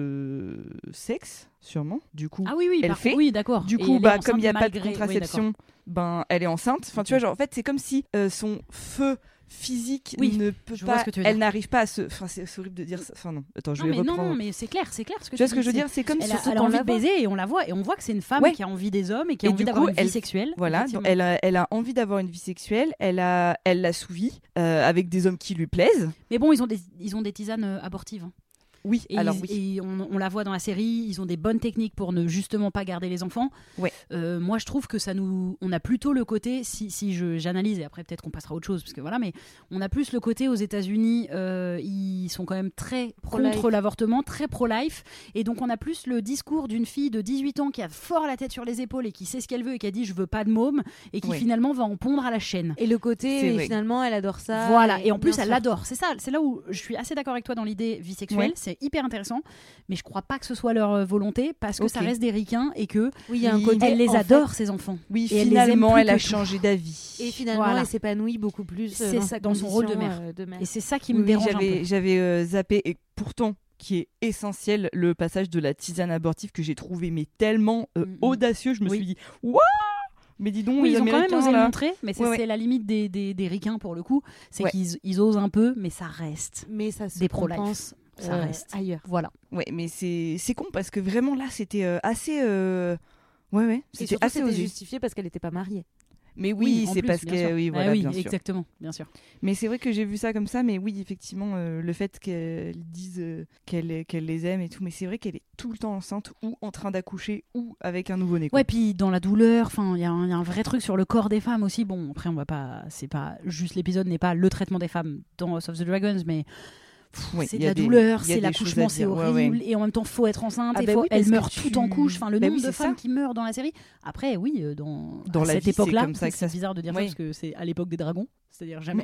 de sexe, sûrement, du coup. Ah oui, elle fait. Oui, d'accord. Du Et coup, elle est comme il n'y a enceinte pas de malgré- contraception, elle est enceinte. Enfin, tu vois, genre, en fait, c'est comme si son feu physique ne peut je vois pas, ce que tu veux dire. elle n'arrive pas à se. Enfin, c'est horrible de dire ça. Enfin, non, attends, je vais reprendre. Non, mais c'est clair ce que Tu vois ce que je veux dire, c'est comme elle si a envie de baiser et on la voit que c'est une femme qui a envie des hommes et qui a Et envie du d'avoir coup, une vie sexuelle. Voilà, donc elle a envie d'avoir une vie sexuelle, elle l'assouvit avec des hommes qui lui plaisent. Mais bon, ils ont des tisanes abortives. Oui, et alors et on la voit dans la série, ils ont des bonnes techniques pour ne justement pas garder les enfants. Ouais. Moi, je trouve que on a plutôt le côté, si j'analyse, et après peut-être qu'on passera à autre chose, parce que voilà, mais on a plus le côté aux États-Unis, ils sont quand même très contre l'avortement, très pro-life, et donc on a plus le discours d'une fille de 18 ans qui a fort la tête sur les épaules et qui sait ce qu'elle veut et qui a dit je veux pas de môme et qui finalement va en pondre à la chaîne. Et le côté, finalement, elle adore ça. Voilà, et en plus elle l'adore. C'est ça, c'est là où je suis assez d'accord avec toi dans l'idée vie sexuelle. Ouais. C'est hyper intéressant, mais je crois pas que ce soit leur volonté parce que ça reste des ricains et que il y a un côté, elle les adore ces enfants. Oui, et finalement elle a tout. changé d'avis. Et finalement elle s'épanouit beaucoup plus dans son rôle de mère. Et c'est ça qui me dérange un peu. J'avais zappé et pourtant qui est essentiel le passage de la tisane abortive que j'ai trouvé mais tellement audacieux, je me suis dit waouh. Mais dis donc, oui, les ils ont quand même Américains, osé le là... montrer, mais c'est la limite des ricains pour le coup, c'est qu'ils osent un peu, mais ça reste. Mais ça se des compense ça reste ailleurs. Voilà. Ouais, mais c'est con parce que vraiment là, c'était assez. C'était assez osé. justifié parce qu'elle n'était pas mariée. Mais oui, c'est parce que bien sûr. Exactement, bien sûr. Mais c'est vrai que j'ai vu ça comme ça, mais oui, effectivement, le fait qu'elle dise qu'elle les aime et tout, mais c'est vrai qu'elle est tout le temps enceinte ou en train d'accoucher ou avec un nouveau-né. Ouais, puis dans la douleur, enfin, il y a un vrai truc sur le corps des femmes aussi. Bon, après, on va pas, c'est pas juste l'épisode n'est pas le traitement des femmes dans House of the Dragons, mais c'est de la douleur, c'est l'accouchement, c'est horrible, et en même temps faut être enceinte, elle meurt tout en couche, enfin le nombre de femmes qui meurent dans la série. Après oui, dans cette époque-là, c'est bizarre de dire ça parce que c'est à l'époque des dragons, c'est-à-dire jamais.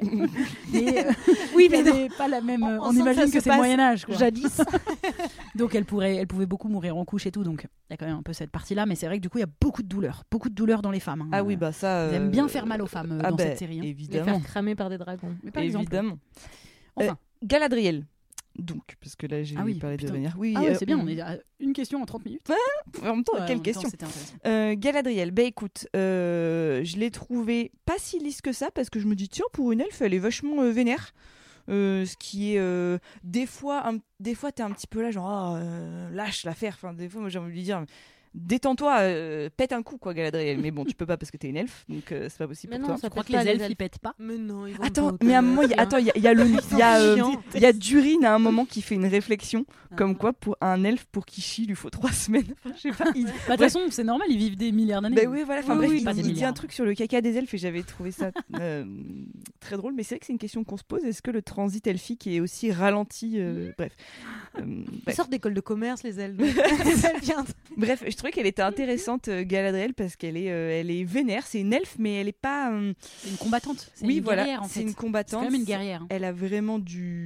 Oui, mais pas la même. On imagine que c'est le Moyen Âge, jadis. Donc elle pouvait beaucoup mourir en couche et tout, donc il y a quand même un peu cette partie-là, mais c'est vrai que du coup il y a beaucoup de douleur dans les femmes. Ah oui, bah ça. Ils aiment bien faire mal aux femmes dans cette série. Évidemment. Les faire cramer par des dragons. Mais par exemple. Évidemment. Enfin. Galadriel. Donc, parce que là, j'ai Ah oui, parlé de putain. Rhaenyra. Oui, Ah ouais, c'est bien, on est à une question en 30 minutes. En même temps, Ouais, en quelle même temps, question. c'était intéressant. Galadriel, bah écoute, je l'ai trouvée pas si lisse que ça parce que je me dis, tiens, pour une elfe, elle est vachement vénère. Ce qui est des fois t'es un petit peu là genre lâche l'affaire, enfin des fois moi j'ai envie de lui dire détends-toi, pète un coup quoi Galadriel, mais bon tu peux pas parce que t'es une elfe donc c'est pas possible Mais pour non, toi. ça Je crois pète que pas, les elfes, ils pètent pas. Mais non, ils vont Attends, pas mais à un moment, il y a le chiants. il y a Durin à un moment qui fait une réflexion Ah. comme quoi pour un elfe pour qu'il chie il lui faut 3 semaines. Enfin, je sais pas. Bah, de toute façon, c'est normal, ils vivent des milliards d'années. Bah oui, voilà. Enfin, Oui, bref, oui, pas des il dit milliards. un truc sur le caca des elfes et j'avais trouvé ça très drôle. Mais c'est vrai que c'est une question qu'on se pose. Est-ce que le transit elfique est aussi ralenti Bref. Ils Bref. sortent d'école de commerce, les elfes. Les elfes viennent. Bref, je trouvais qu'elle était intéressante, Galadriel, parce qu'elle elle est vénère. C'est une elfe, mais elle est pas. C'est une combattante. C'est Oui, une voilà. guerrière, en C'est fait. une combattante. C'est quand même une guerrière. hein. Elle a vraiment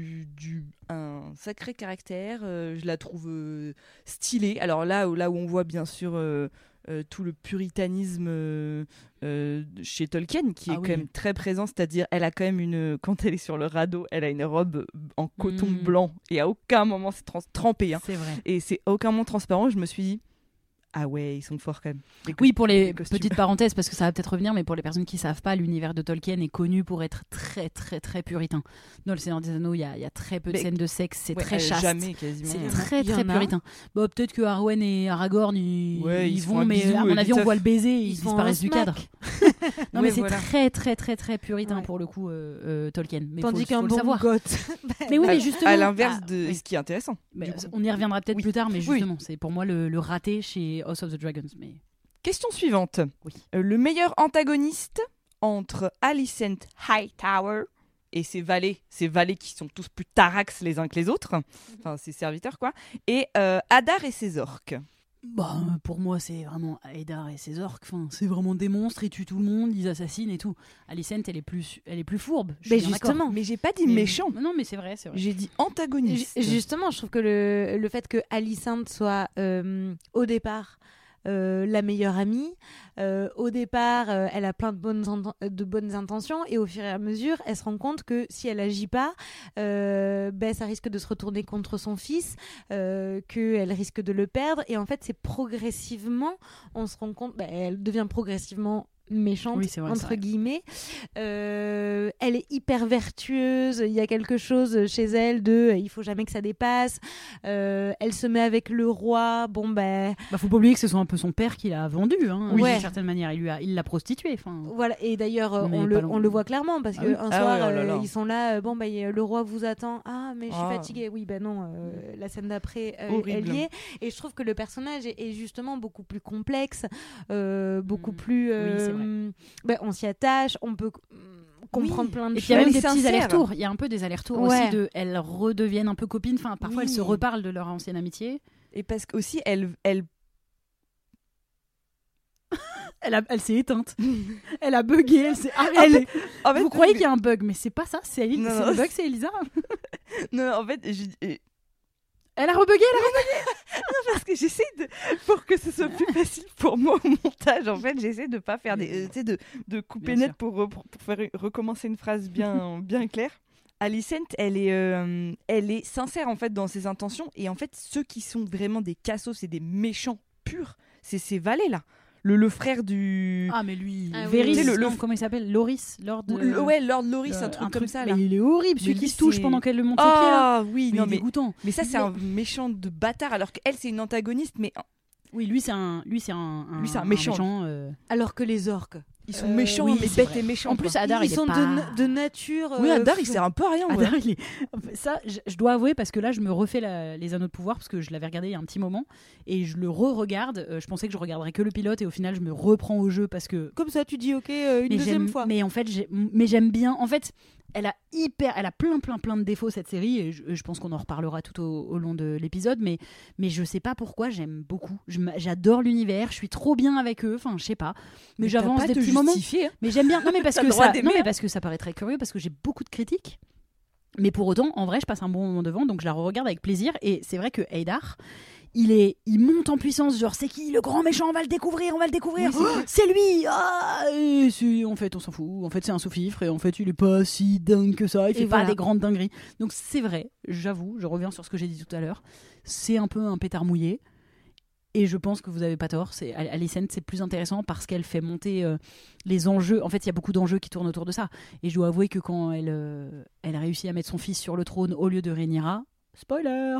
un sacré caractère. Je la trouve stylée. Alors là où on voit bien sûr tout le puritanisme chez Tolkien qui est quand même très présent. C'est-à-dire, elle a quand même quand elle est sur le radeau, elle a une robe en coton blanc et à aucun moment c'est trempé. Hein. C'est vrai. Et c'est à aucun moment transparent. Je me suis dit, ah ouais, ils sont forts quand même. Oui, pour les costumes. petites parenthèses, parce que ça va peut-être revenir, mais pour les personnes qui ne savent pas, l'univers de Tolkien est connu pour être très, très, très puritain. Dans Le Seigneur des Anneaux, il y a très peu de Mais- scènes de sexe, c'est Ouais, très chaste. Jamais quasiment. C'est Il y en très, a. très puritain. Bon, peut-être que Arwen et Aragorn, ils se font vont, un mais bisou à et mon avis, on viteuf. voit le baiser, ils se font disparaissent un du smack. cadre. Non, Ouais, mais c'est voilà. très, très, très, très puritain Ouais. pour le coup, Tolkien. Mais Tandis faut qu'un le bon savoir. goth. Mais oui, À- mais justement. à l'inverse Ah, de oui. ce qui est intéressant. Mais du coup. on y reviendra peut-être Oui. plus tard, mais Oui. justement, c'est pour moi le raté chez House of the Dragons. Mais... Question suivante. Oui. Le meilleur antagoniste entre Alicent Hightower et ses valets qui sont tous plus tarax les uns que les autres, enfin ses serviteurs quoi, et Hadar et ses orques. Bah, pour moi, c'est vraiment Aedar et ses orques. Enfin, c'est vraiment des monstres, ils tuent tout le monde, ils assassinent et tout. Alicent, elle est plus fourbe. Je suis Mais bien d'accord. justement. Mais j'ai pas dit Mais- méchant, Non, mais c'est vrai, c'est vrai. j'ai dit antagoniste. Justement, je trouve que le fait que Alicent soit au départ la meilleure amie, au départ elle a plein de bonnes intentions et au fur et à mesure elle se rend compte que si elle agit pas ça risque de se retourner contre son fils, qu'elle risque de le perdre et en fait c'est progressivement on se rend compte elle devient progressivement méchante Oui, c'est vrai, c'est entre vrai. guillemets. Elle est hyper vertueuse, il y a quelque chose chez elle de il faut jamais que ça dépasse. Elle se met avec le roi, Bah, faut pas oublier que ce soit un peu son père qui l'a vendu, hein, Oui. d'une certaine manière. Il l'a prostituée. Enfin, voilà, et d'ailleurs Mais on pas long. le voit clairement parce Ah que oui. un Ah soir ouais, oh là là. ils sont là, le roi vous attend, ah mais je suis Ah. fatiguée, oui non, la scène d'après Horrible. elle y est, et je trouve que le personnage est justement beaucoup plus complexe, beaucoup plus Oui, c'est vrai. on s'y attache, on peut comprendre plein de Et puis il y a choses. même Elle des est petits sincère. allers-retours. Il y a un peu des allers-retours Ouais. aussi elles redeviennent un peu copines. Enfin, parfois Oui. elles se reparlent de leur ancienne amitié. Et parce qu'aussi elle Elle s'est éteinte. Elle a bugué. Elle s'est arrêtée. en fait, Vous croyez qu'il y a un bug, mais c'est pas ça. C'est Non, c'est non. le bug, c'est Elisa. non en fait Elle a rebugué là. parce que j'essaie pour que ce soit plus facile pour moi au montage en fait j'essaie de pas faire des tu sais de couper Bien net pour faire recommencer une phrase bien bien claire. Alicent elle est sincère en fait dans ses intentions et en fait ceux qui sont vraiment des cassos et des méchants purs c'est ces valets là le frère du Ah mais lui, Ah oui, Varys, oui. non, comment il s'appelle, Loris, Lord. ouais Lord Loris un truc comme ça là. Mais il est horrible, celui Mais qui lui, se touche c'est- pendant qu'elle le monte ses pieds là. Ah oui Mais non il est mais dégoûtant. mais ça c'est un méchant de bâtard alors qu'elle c'est une antagoniste mais Oui, lui c'est un méchant. Alors que les orques, ils sont méchants oui, mais c'est bêtes vrai. et méchants En plus, quoi. Hadar, ils il est sont pas... de nature. Oui Hadar il sert un peu à rien ouais. Hadar, ça, je dois avouer, parce que là, je me refais les Anneaux de pouvoir, parce que je l'avais regardé il y a un petit moment, et je le re-regarde. Je pensais que je regarderais que le pilote, et au final, je me reprends au jeu, parce que... Comme ça, tu dis ok une Mais deuxième j'aime- fois. Mais en fait, j'aime bien. En fait, elle a plein de défauts cette série, et je pense qu'on en reparlera tout au long de l'épisode, mais je sais pas pourquoi j'aime beaucoup. J'adore l'univers, je suis trop bien avec eux, enfin je sais pas. Mais t'as j'avance pas des à te petits moments. justifier, hein. Mais j'aime bien. Non mais parce T'as que le droit ça, d'aimer, non mais hein. parce que ça paraît très curieux, parce que j'ai beaucoup de critiques. Mais pour autant, en vrai, je passe un bon moment devant, donc je la re-regarde avec plaisir. Et c'est vrai que Haydar, il monte en puissance, genre c'est qui le grand méchant, on va le découvrir, c'est lui, et en fait on s'en fout, en fait c'est un sous-fifre et en fait il est pas si dingue que ça, il fait pas des grandes dingueries. Donc c'est vrai, j'avoue, je reviens sur ce que j'ai dit tout à l'heure, c'est un peu un pétard mouillé. Et je pense que vous avez pas tort, Alicent c'est plus intéressant parce qu'elle fait monter les enjeux. En fait, il y a beaucoup d'enjeux qui tournent autour de ça. Et je dois avouer que quand elle réussit à mettre son fils sur le trône au lieu de Rhaenyra, spoiler,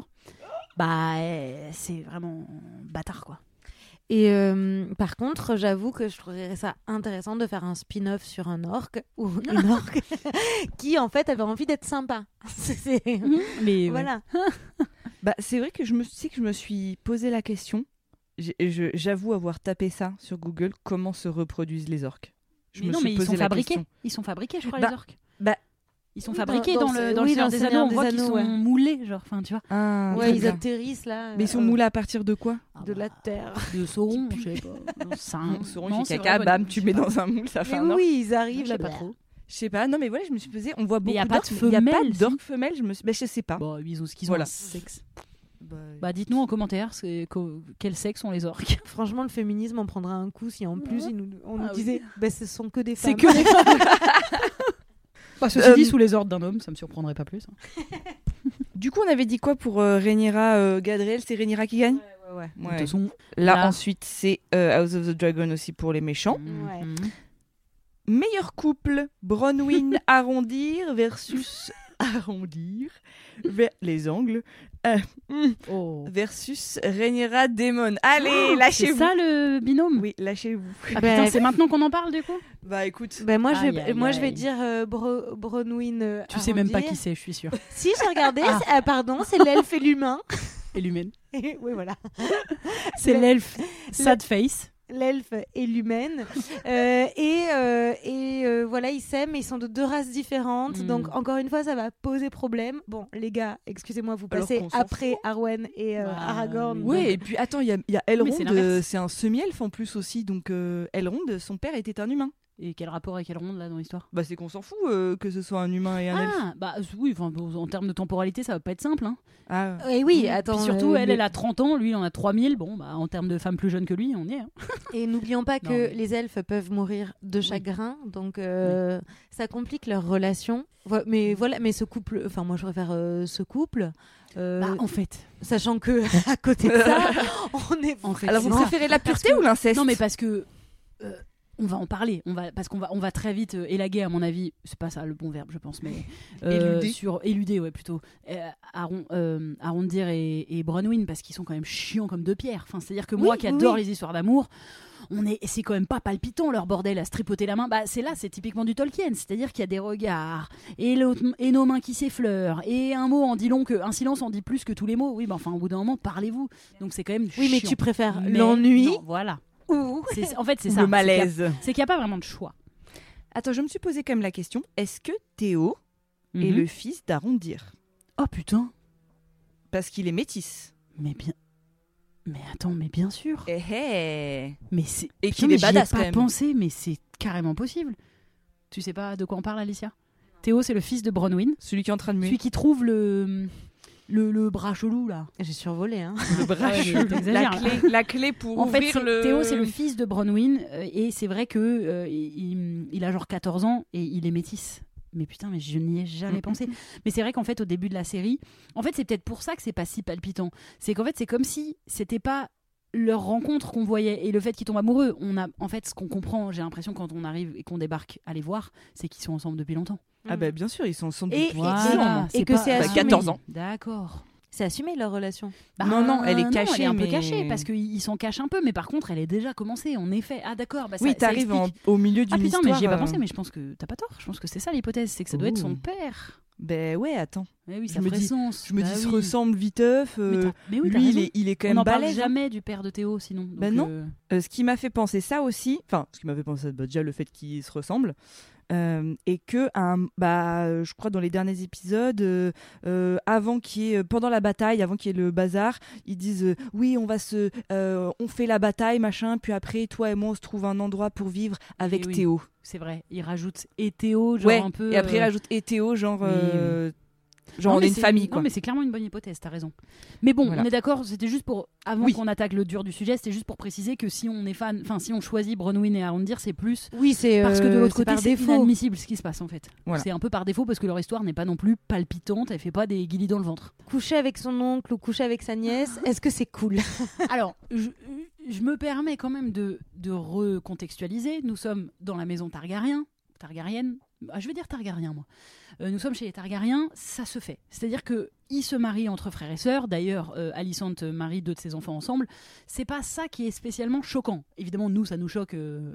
c'est vraiment bâtard quoi. Et par contre, j'avoue que je trouverais ça intéressant de faire un spin-off sur un orc ou une orque qui en fait avait envie d'être sympa. Mais voilà. C'est vrai que je me suis posé la question. J'avoue avoir tapé ça sur Google, comment se reproduisent les orques. Mais ils sont fabriqués. Ils sont fabriqués, je crois, les orques. Ils sont fabriqués dans le Seigneur des Anneaux. On voit qu'ils sont moulés, genre, enfin, tu vois. Ils atterrissent là. Mais ils sont moulés à partir de quoi ? De la terre. De Sauron, je sais pas. Sauron, il fait caca, bam, tu mets dans un moule, ça fait un orque. Oui, ils arrivent là, là. pas trop. Je sais pas, non mais voilà, je me suis posé, on voit beaucoup d'orques, il y a pas d'orques femelles, je sais pas. Bon, ils ont ce qu'ils ont, un sexe. Dites-nous en commentaire quel sexe ont les orques. Franchement, le féminisme en prendra un coup si en plus on nous disait ce sont que des femmes. C'est que des femmes. Ceci dit, sous les ordres d'un homme, ça me surprendrait pas plus. Du coup, on avait dit quoi pour Rhaenyra Gadriel ? C'est Rhaenyra qui gagne ? Ouais. De toute façon, là, ensuite, c'est House of the Dragon aussi pour les méchants. Ouais. Meilleur couple, Bronwyn Arrondir versus Arrondir les angles versus Rhaenyra Daemon. Allez, lâchez-vous. C'est ça le binôme ? Oui, lâchez-vous. Ah putain, c'est maintenant qu'on en parle du coup ? Bah écoute. Moi je vais dire Bronwyn. Tu sais même pas qui c'est, je suis sûre. Si, j'ai regardé. Pardon, c'est l'elfe et l'humain. Et l'humaine. Oui, voilà. C'est l'elfe sad face. L'elfe et l'humaine. Voilà, ils s'aiment, mais ils sont de deux races différentes. Donc, encore une fois, ça va poser problème. Bon, les gars, excusez-moi, vous passez après Arwen et Aragorn. Oui, et puis attends, il y a Elrond, c'est c'est un semi-elfe en plus aussi. Donc, Elrond, son père était un humain. Et quel rapport avec Elrond là dans l'histoire ? C'est qu'on s'en fout que ce soit un humain et un elfe. Oui, en termes de temporalité, ça va pas être simple. Hein. Et oui, attends. Puis surtout, elle a 30 ans, lui, il en a 3000. Bon, en termes de femme plus jeune que lui, on y est. Hein. Et n'oublions pas que les elfes peuvent mourir de chagrin, donc ça complique leur relation. Mais ce couple, enfin, moi je préfère ce couple. En fait. Sachant que à côté de ça, on est. Alors, vous préférez la pureté ou l'inceste ? Non, mais parce que. On va en parler, parce qu'on va très vite élaguer, à mon avis, c'est pas ça le bon verbe, je pense, mais éluder, ouais, plutôt. Arrondir et Bronwyn, parce qu'ils sont quand même chiants comme deux pierres. Enfin, c'est-à-dire que moi qui adore les histoires d'amour, c'est quand même pas palpitant leur bordel à se tripoter la main. C'est typiquement du Tolkien, c'est-à-dire qu'il y a des regards et nos mains qui s'effleurent et un mot en dit long, un silence en dit plus que tous les mots. Oui, au bout d'un moment, parlez-vous. Donc c'est quand même chiant. Oui, mais tu préfères l'ennui. Non, voilà. En fait, c'est ça. Le malaise. C'est qu'il n'y a pas vraiment de choix. Attends, je me suis posé quand même la question. Est-ce que Théo est le fils d'Arrondir ? Oh putain. Parce qu'il est métis. Mais attends, mais bien sûr. Mais qu'il est badass quand même. J'y ai pas pensé, mais c'est carrément possible. Tu sais pas de quoi on parle, Alicia ? Théo, c'est le fils de Bronwyn. Celui qui est en train de muer. Celui qui trouve le bras chelou là. J'ai survolé le bras chelou. La clé pour ouvrir Théo, c'est le fils de Bronwyn et c'est vrai que il a genre 14 ans et il est métis. Mais putain, mais je n'y ai jamais pensé. Mais c'est vrai qu'en fait au début de la série, en fait c'est peut-être pour ça que c'est pas si palpitant. C'est qu'en fait c'est comme si c'était pas leur rencontre qu'on voyait et le fait qu'ils tombent amoureux. En fait ce qu'on comprend, j'ai l'impression quand on arrive et qu'on débarque à les voir, c'est qu'ils sont ensemble depuis longtemps. Ah bien sûr, ils sont ensemble depuis longtemps. Et que c'est assumé. 14 ans. D'accord. C'est assumé leur relation. Non, elle est cachée. Elle est un peu cachée parce qu'ils s'en cachent un peu, mais par contre, elle est déjà commencée, en effet. Ah d'accord. Oui, t'arrives au milieu d'une histoire. Ah putain, mais j'y ai pas pensé, mais je pense que t'as pas tort. Je pense que c'est ça l'hypothèse, c'est que ça doit être son père. Ben ouais, attends. Oui, ça ferait sens. Je me dis, se ressemble viteuf. Mais oui, lui, il est quand même balèze. On n'en parle jamais du père de Théo, sinon. Ben non. Ce qui m'a fait penser ça aussi, enfin, ce qui m'a fait penser déjà le fait qu'ils se ressemblent. Et que je crois dans les derniers épisodes pendant la bataille, avant qu'il y ait le bazar, ils disent oui, on fait la bataille machin, puis après toi et moi on se trouve un endroit pour vivre avec Théo. C'est vrai, ils rajoutent et Théo genre un peu et après ils rajoutent et Théo genre Genre, Non, on mais est une famille, quoi. Non, mais c'est clairement une bonne hypothèse, t'as raison. Mais bon, Voilà. on est d'accord, c'était juste pour, avant Oui. qu'on attaque le dur du sujet, c'était juste pour préciser que si on est fan, enfin, si on choisit Bronwyn et Arondir, c'est plus Oui, c'est parce que de l'autre c'est côté, par c'est défaut. inadmissible ce qui se passe en fait. Voilà. C'est un peu par défaut parce que leur histoire n'est pas non plus palpitante, elle fait pas des guillis dans le ventre. Coucher avec son oncle ou coucher avec sa nièce, est-ce que c'est cool? Alors, je me permets quand même de recontextualiser. Nous sommes dans la maison Targaryen. Je vais dire Targaryen, moi. Nous sommes chez les Targaryens, ça se fait. C'est-à-dire qu'ils se marient entre frères et sœurs. D'ailleurs, Alicente marie 2 de ses enfants ensemble. C'est pas ça qui est spécialement choquant. Évidemment, nous, ça nous choque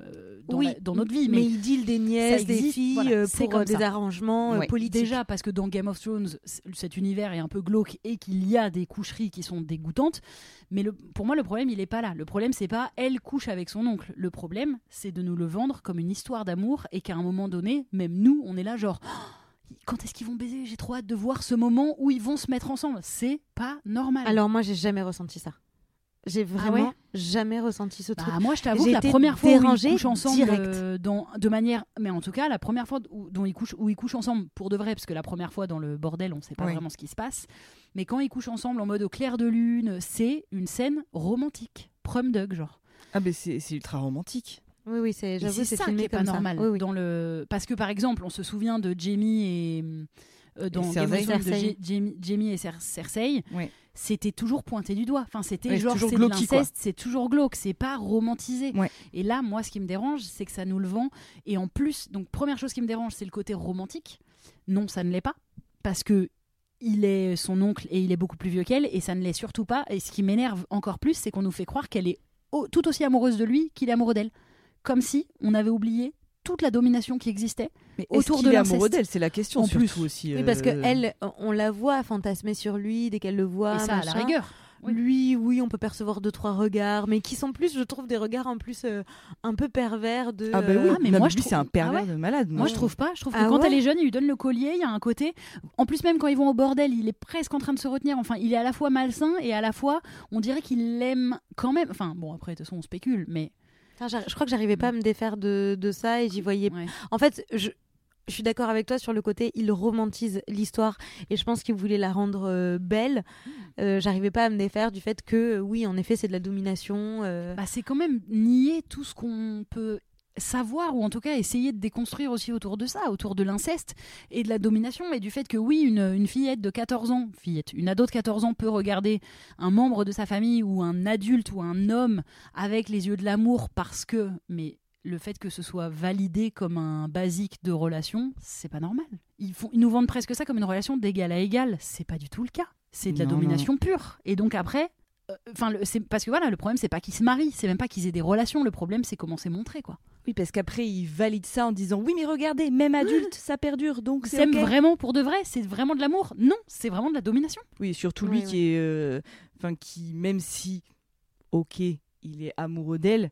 dans notre vie. mais Mais il deal des nièces, ça des existe, filles voilà, c'est pour comme des ça. arrangements Ouais. politiques. déjà, parce que dans Game of Thrones, cet univers est un peu glauque et qu'il y a des coucheries qui sont dégoûtantes. Mais pour moi, le problème, il est pas là. Le problème, c'est pas elle couche avec son oncle. Le problème, c'est de nous le vendre comme une histoire d'amour et qu'à un moment donné, même nous, on est là genre... Quand est-ce qu'ils vont baiser? J'ai trop hâte de voir ce moment où ils vont se mettre ensemble. C'est pas normal. Alors moi, j'ai jamais ressenti ça. J'ai vraiment ouais jamais ressenti ce truc. Bah, moi, je t'avoue J'ai que la été première fois où ils dérangée couchent ensemble, direct. de manière, mais en tout cas, la première fois où ils couchent ensemble pour de vrai, parce que la première fois dans le bordel, on sait pas Oui. vraiment ce qui se passe. Mais quand ils couchent ensemble en mode au clair de lune, c'est une scène romantique, prom dug genre. Ah, mais c'est ultra romantique. Oui, oui, c'est, Et j'avoue, c'est c'est ça filmé qui est pas comme ça. normal Oui, oui. parce que par exemple, on se souvient de Jaime et dans Et Game of Cersei. Thrones, de Cersei. Jaime et Cersei. Ouais. C'était toujours pointé du doigt. Enfin, c'était Ouais, genre toujours c'est de glauque-y, quoi. l'inceste, c'est toujours glauque, c'est pas romantisé. Ouais. Et là, moi, ce qui me dérange, c'est que ça nous le vend. Et en plus, donc première chose qui me dérange, c'est le côté romantique. Non, ça ne l'est pas, parce que il est son oncle et il est beaucoup plus vieux qu'elle, et ça ne l'est surtout pas. Et ce qui m'énerve encore plus, c'est qu'on nous fait croire qu'elle est tout aussi amoureuse de lui qu'il est amoureux d'elle, comme si on avait oublié toute la domination qui existait. Mais Autour est-ce de qu'il est l'inceste. amoureux d'elle? C'est la question, En plus. surtout aussi. Oui, parce que elle, on la voit fantasmer sur lui dès qu'elle le voit. Et ça, à la machin. rigueur. Oui. Lui, oui, on peut percevoir 2-3 regards, mais qui sont plus, je trouve, des regards en plus un peu pervers de. Ah, bah oui, mais non, moi, mais je lui, trouve- c'est un pervers Ah ouais. de malade. Moi, je trouve pas. Je trouve que Ah quand ouais elle est jeune, il lui donne le collier. Il y a un côté. En plus, même quand ils vont au bordel, il est presque en train de se retenir. Enfin, il est à la fois malsain et à la fois, on dirait qu'il l'aime quand même. Enfin, bon, après, de toute façon, on spécule, mais. Putain, je crois que j'arrivais pas à me défaire de ça et j'y voyais. Ouais. En fait, je suis d'accord avec toi sur le côté, il romantise l'histoire et je pense qu'il voulait la rendre belle. J'arrivais pas à me défaire du fait que, oui, en effet, c'est de la domination. Bah, c'est quand même nier tout ce qu'on peut savoir, ou en tout cas essayer de déconstruire aussi autour de ça, autour de l'inceste et de la domination, et du fait que oui, une fillette de 14 ans, une ado de 14 ans peut regarder un membre de sa famille ou un adulte ou un homme avec les yeux de l'amour parce que, mais le fait que ce soit validé comme un basique de relation, c'est pas normal. Ils nous vendent presque ça comme une relation d'égal à égal, c'est pas du tout le cas. C'est de la Non, domination pure. Et donc après, c'est parce que voilà, le problème c'est pas qu'ils se marient, c'est même pas qu'ils aient des relations, le problème c'est comment c'est montré, quoi. Oui, parce qu'après, il valide ça en disant oui, mais regardez, même adulte, ça perdure, donc Ils c'est s'aiment ok. vraiment pour de vrai, c'est vraiment de l'amour. Non, c'est vraiment de la domination. Oui, surtout Oui, lui qui est, qui même si, ok, il est amoureux d'elle,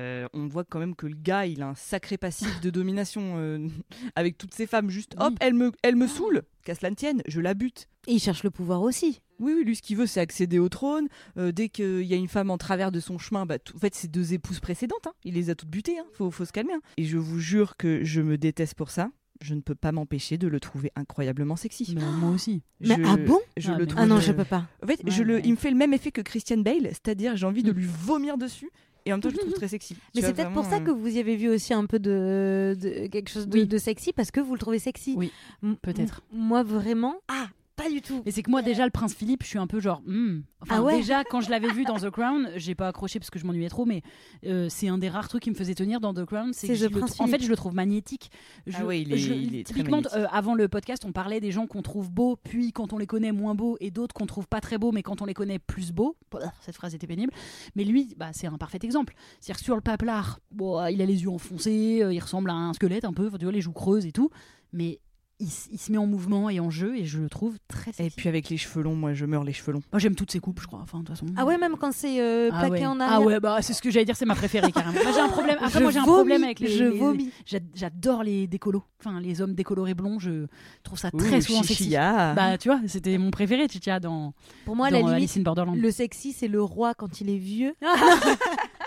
on voit quand même que le gars, il a un sacré passif de domination avec toutes ces femmes. Juste, hop, Oui. elle me saoule, qu'à cela ne tienne, je la bute. Et il cherche le pouvoir aussi. Oui, oui, lui, ce qu'il veut, c'est accéder au trône. Dès qu'il y a une femme en travers de son chemin, en fait, c'est 2 épouses précédentes. Hein. Il les a toutes butées. Hein. Faut se calmer. Hein. Et je vous jure que je me déteste pour ça. Je ne peux pas m'empêcher de le trouver incroyablement sexy. Moi aussi. Mais ah bon Je Ah, le mais trouve. Ah non, je peux pas. En fait, Ouais. il me fait le même effet que Christian Bale, c'est-à-dire j'ai envie de lui vomir dessus. Et en même temps, je le trouve très sexy. Mais Tu c'est vois, peut-être pour ça vraiment, que vous y avez vu aussi un peu de quelque chose Oui. de sexy, parce que vous le trouvez sexy. Oui, peut-être. Moi, vraiment. Ah, pas du tout. Mais c'est que moi déjà le prince Philippe, je suis un peu genre Enfin, Ah ouais. déjà quand je l'avais vu dans The Crown, j'ai pas accroché parce que je m'ennuyais trop, mais c'est un des rares trucs qui me faisait tenir dans The Crown, c'est que C'est The Prince en fait Philippe. je le trouve magnétique. Ah ouais, il est très typiquement magnétique. avant le podcast, on parlait des gens qu'on trouve beaux, puis quand on les connaît moins beaux, et d'autres qu'on trouve pas très beaux, mais quand on les connaît plus beaux. Cette phrase était pénible, mais lui, bah, c'est un parfait exemple. C'est-à-dire que sur le paplard, bon, il a les yeux enfoncés, il ressemble à un squelette un peu, tu vois, les joues creuses et tout, mais il se met en mouvement et en jeu, et je le trouve très sexy. Et puis avec les cheveux longs, moi je meurs les cheveux longs. Moi j'aime toutes ses coupes, je crois. Enfin, de toute façon. Ah ouais, même quand c'est plaqué ouais. en arrière. Ah ouais, bah c'est ce que j'allais dire, c'est ma préférée carrément. Moi j'ai un problème. Après Je moi j'ai un vomis, problème avec je vomis. J'adore les décolos. Enfin les hommes décolorés blonds, je trouve ça très souvent sexy. Chichia. Bah tu vois, c'était mon préféré, Chichia dans Pour moi, à la dans limite, Alice in Borderland. le sexy, c'est le roi quand il est vieux.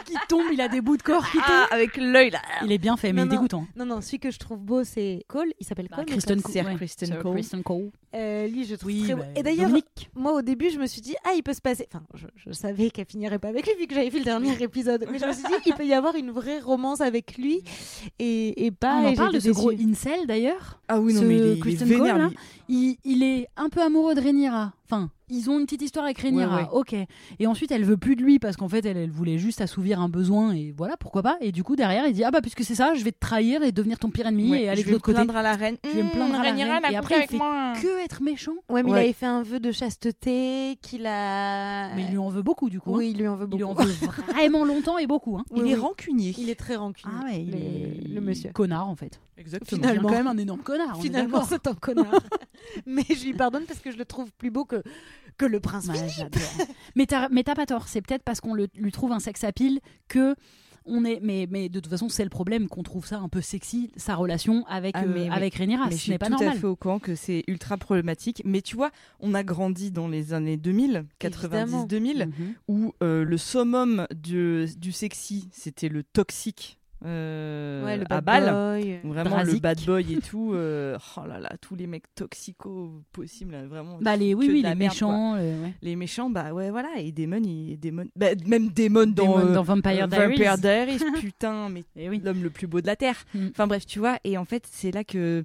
qui tombe, il a des bouts de corps qui tombent. Ah, avec l'œil là. Il est bien fait, mais Non, il est dégoûtant. Non, celui que je trouve beau, c'est Cole. Il s'appelle Cole. Kristen Sir Cole. Kristen Sir Cole. Kristen Cole. Lui, je trouve Oui, très bah, beau. Et d'ailleurs, Dominique. moi, au début, je me suis dit, il peut se passer. Enfin, je savais qu'elle finirait pas avec lui, vu que j'avais vu le dernier épisode. Mais je me suis dit, il peut y avoir une vraie romance avec lui. Et pas. On en et parle de j'étais ce gros déçue. incel d'ailleurs. Ah oui, non, Ce mais il est Kristen vénère, Cole, là, lui. il est un peu amoureux de Rhaenyra. Enfin, ils ont une petite histoire avec Rhaenyra, Ouais. ok. Et ensuite, elle veut plus de lui parce qu'en fait, elle voulait juste assouvir un besoin et voilà, pourquoi pas. Et du coup, derrière, il dit bah puisque c'est ça, je vais te trahir et devenir ton pire ennemi Ouais, et aller je de vais me l'autre côté. plaindre à la reine. Je vais me plaindre à la Rhaenyra, reine. elle a Et couché après, il avec fait moi. que être méchant. Ouais, mais il Ouais. avait fait un vœu de chasteté qu'il a. Mais il lui en veut beaucoup du coup. hein. Oui, il lui en veut Il lui beaucoup. en veut vraiment longtemps et beaucoup. Hein. Il Oui, est oui. rancunier. Il est très rancunier. Ah ouais, le monsieur. Connard en fait. Exactement. Il est Finalement. quand même un énorme connard. on est Finalement, d'accord. c'est un connard. Mais je lui pardonne parce que je le trouve plus beau que le prince Ouais, Philippe. j'adore. mais t'as pas tort. C'est peut-être parce qu'on lui trouve un sex appeal que on est. Mais de toute façon, c'est le problème qu'on trouve ça un peu sexy, sa relation avec avec Rhaenyra. Mais je Ce suis n'est pas tout à normal. fait au courant que c'est ultra problématique. Mais tu vois, on a grandi dans les années 2000, 90-2000, Mhm. où le summum du sexy, c'était le toxique Ouais, le à bad balle. boy. Vraiment le Drasic. bad boy et tout. Oh là là, tous les mecs toxicos possibles, là, vraiment. Bah que de les la merde, méchants. Ouais. Les méchants, bah ouais, voilà. Et Damon, bah, même Damon dans, Dans Vampire Diaries. Vampire Diaries, putain, mais Eh oui. l'homme le plus beau de la Terre. Mm. Enfin bref, tu vois. Et en fait, c'est là que,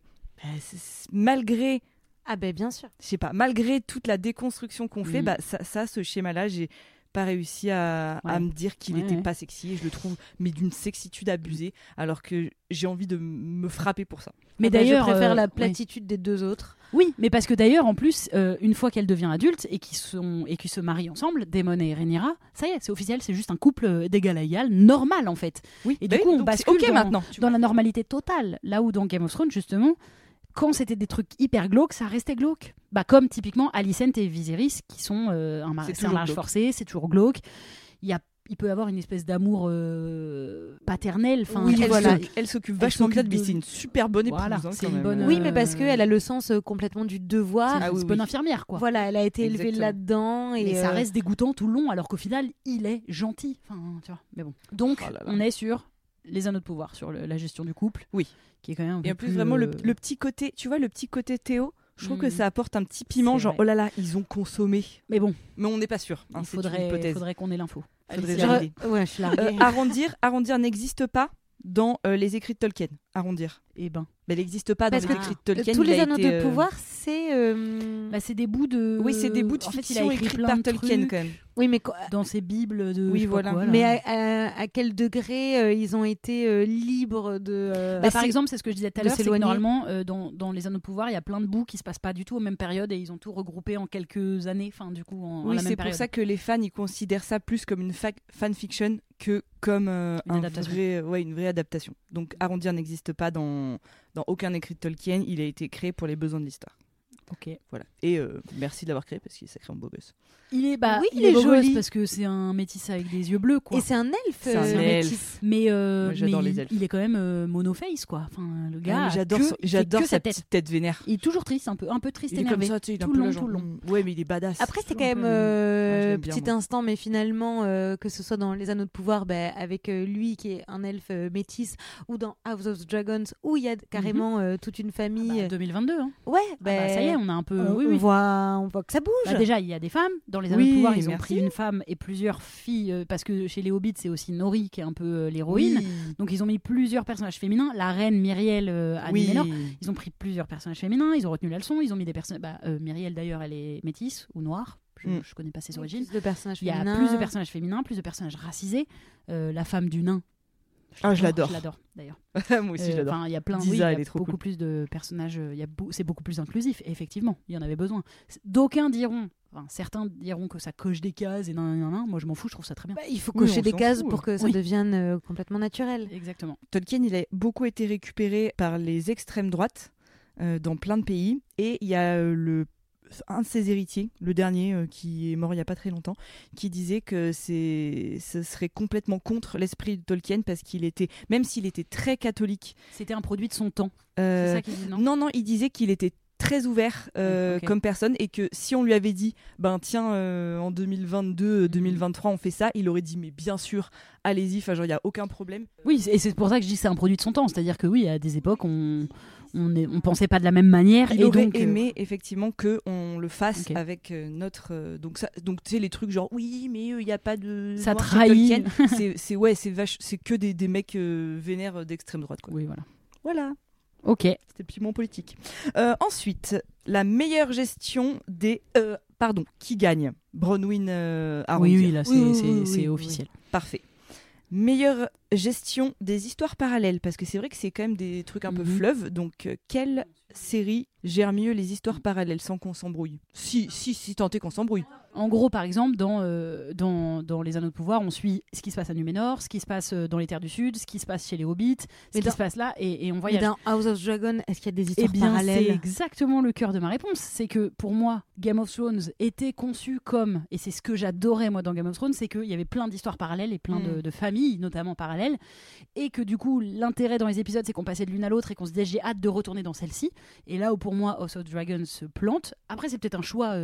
malgré, Ah ben bien sûr. je sais pas, malgré toute la déconstruction qu'on fait, Mm. bah ça, ce schéma-là, j'ai pas réussi à Ouais. me dire qu'il Ouais, était ouais. pas sexy. Et je le trouve, mais d'une sexitude abusée, alors que j'ai envie de me frapper pour ça. Mais Ah ben, d'ailleurs, je préfère la ouais. platitude des deux autres. Oui, mais parce que d'ailleurs, en plus, une fois qu'elle devient adulte et qu'ils se marient ensemble, Daemon et Rhaenyra, ça y est, c'est officiel, c'est juste un couple d'égal à égal, normal en fait. Oui, Et bah du oui, coup, on donc c'est bascule ok maintenant. tu dans vois. la normalité totale. Là où dans Game of Thrones, justement, quand c'était des trucs hyper glauques, ça restait glauque. Bah, comme typiquement Alicent et Viserys, qui sont C'est c'est un toujours mariage glauque. forcé, c'est toujours glauque. Il peut y avoir une espèce d'amour paternel. Enfin, Oui, elle, voilà. elle s'occupe vachement s'occupe bien de lui. de- C'est une super bonne épouse. Voilà, hein, c'est quand une même. bonne, Oui, mais parce qu'elle a le sens complètement du devoir. Ah oui, c'est une bonne infirmière, quoi. Voilà, elle a été élevée Exactement. là-dedans. Et Mais ça reste dégoûtant tout le long, alors qu'au final, il est gentil. Enfin, tu vois. Mais bon. Donc, Oh là là. on est sur les anneaux de pouvoir, sur la gestion du couple. Oui. Qui est quand même un Et peu en plus, vraiment, euh, le petit côté, tu vois, le petit côté Théo, je trouve que Mm. ça apporte un petit piment, C'est genre, vrai. oh là là, ils ont consommé. Mais bon, Mais on n'est pas sûr. Hein, il c'est une faudrait hypothèse. qu'on ait l'info. Faudrait Alicia. valider. Ouais, je suis larguée. Arrondir n'existe pas dans les écrits de Tolkien. Arrondir. Eh ben, Mais elle n'existe pas dans Parce les que écrits de Tolkien. Tous il a les anneaux été, de pouvoir, c'est. bah, c'est des bouts de. Oui, c'est des bouts de En fait, il a fiction écrit écrits plein par de Tolkien trucs quand même. Oui, mais dans ses bibles de. Oui, je sais pas voilà. quoi, là. mais à quel degré ils ont été libres de. Bah, par c'est- exemple, c'est ce que je disais tout à de l'heure, c'est que s'éloigner. normalement, dans les anneaux de pouvoir, il y a plein de bouts qui se passent pas du tout aux mêmes périodes et ils ont tout regroupé en quelques années, enfin, du coup, en Oui, la même c'est pour période. ça que les fans ils considèrent ça plus comme une fanfiction que comme adaptation. une vraie adaptation. Donc Arrondir n'existe pas dans aucun écrit de Tolkien. Il a été créé pour les besoins de l'histoire. Ok. Voilà. Et merci de l'avoir créé parce qu'il est sacrément beau gosse. Il est, Oui, il il est est beau joli. gosse parce que c'est un métis avec des yeux bleus, quoi. Et c'est un elfe. C'est un elfe. métis. Mais, Moi, j'adore mais les elfes. il est quand même monoface, quoi. Enfin, le gars. Ah, mais j'adore que- son- il fait j'adore que sa tête. petite tête vénère. Il est toujours triste, un peu triste, Il est énervé. comme ça, tu sais, il est un tout peu le là, long, genre, tout le long. Ouais, mais il est badass. Après, c'est toujours quand un même peu- je l'aime bien, petit moi. instant, mais finalement, que ce soit dans Les Anneaux de Pouvoir, avec lui qui est un elfe métis, ou dans House of Dragons, où il y a carrément toute une famille. Bah, 2022, hein. Ouais, Ah bah, ça y est, on a un peu. on, oui, on oui. voit que ça bouge. Bah, déjà, il y a des femmes. Dans les Anneaux Oui, de pouvoir, ils ont merci. pris une femme et plusieurs filles, parce que chez les Hobbits, c'est aussi Nori qui est un peu l'héroïne. Oui. Donc, ils ont mis plusieurs personnages féminins. La reine Myriel à Oui. Numénor. Ils ont pris plusieurs personnages féminins. Ils ont retenu la leçon. Ils ont mis des personnages. Myriel, d'ailleurs, elle est métisse ou noire. Je connais pas ses origines. Plus de personnages Il y a féminins. plus de personnages féminins, plus de personnages racisés. La femme du nain. Ah, je l'adore. Je l'adore, d'ailleurs. Moi aussi, je l'adore. Enfin, il y a plein. Disa, Oui, il y a elle est trop beaucoup cool. plus de personnages. C'est beaucoup plus inclusif. Et effectivement, il y en avait besoin. D'aucuns diront. Enfin, certains diront que ça coche des cases et nan. Moi, je m'en fous. Je trouve ça très bien. Bah, il faut Oui, cocher on des s'en cases fout. pour que ça Oui. devienne complètement naturel. Exactement. Tolkien, il a beaucoup été récupéré par les extrêmes droites dans plein de pays. Et il y a un de ses héritiers, le dernier, qui est mort il n'y a pas très longtemps, qui disait que ce serait complètement contre l'esprit de Tolkien parce qu'il était, même s'il était très catholique. C'était un produit de son temps. euh, C'est ça qu'il dit, non non, il disait qu'il était très ouvert Ok. comme personne, et que si on lui avait dit tiens, en 2022 2023 on fait ça, il aurait dit mais bien sûr, allez-y, enfin genre il y a aucun problème. Oui, et c'est pour ça que je dis que c'est un produit de son temps. C'est-à-dire que oui, à des époques, on pensait pas de la même manière. Il et aurait donc, aimé effectivement que on le fasse Ok. avec notre donc tu sais les trucs genre oui mais il y a pas de Ça noir chez trahit. Tolkien. c'est que des mecs vénères d'extrême droite quoi. Oui, voilà. Voilà, Ok. c'était le piment politique. Ensuite, la meilleure gestion des qui gagne? Bronwyn Arundel. Oui, là, c'est oui. officiel. Parfait. Meilleure gestion des histoires parallèles, parce que c'est vrai que c'est quand même des trucs un peu Mhm. fleuves. Donc, quelle série gère mieux les histoires parallèles sans qu'on s'embrouille? Si tant est qu'on s'embrouille. En gros, par exemple, dans Les Anneaux de Pouvoir, on suit ce qui se passe à Núménor, ce qui se passe dans les Terres du Sud, ce qui se passe chez les Hobbits, ce Mais qui se passe là, et on Mais voyage. dans House of Dragon, est-ce qu'il y a des Eh histoires bien, c'est parallèles? exactement le cœur de ma réponse. C'est que pour moi, Game of Thrones était conçu comme, et c'est ce que j'adorais moi dans Game of Thrones, c'est qu'il y avait plein d'histoires parallèles et plein de familles, notamment parallèles, et que du coup, l'intérêt dans les épisodes, c'est qu'on passait de l'une à l'autre et qu'on se disait j'ai hâte de retourner dans celle-ci. Et là où pour moi, House of Dragon se plante, après c'est peut-être un choix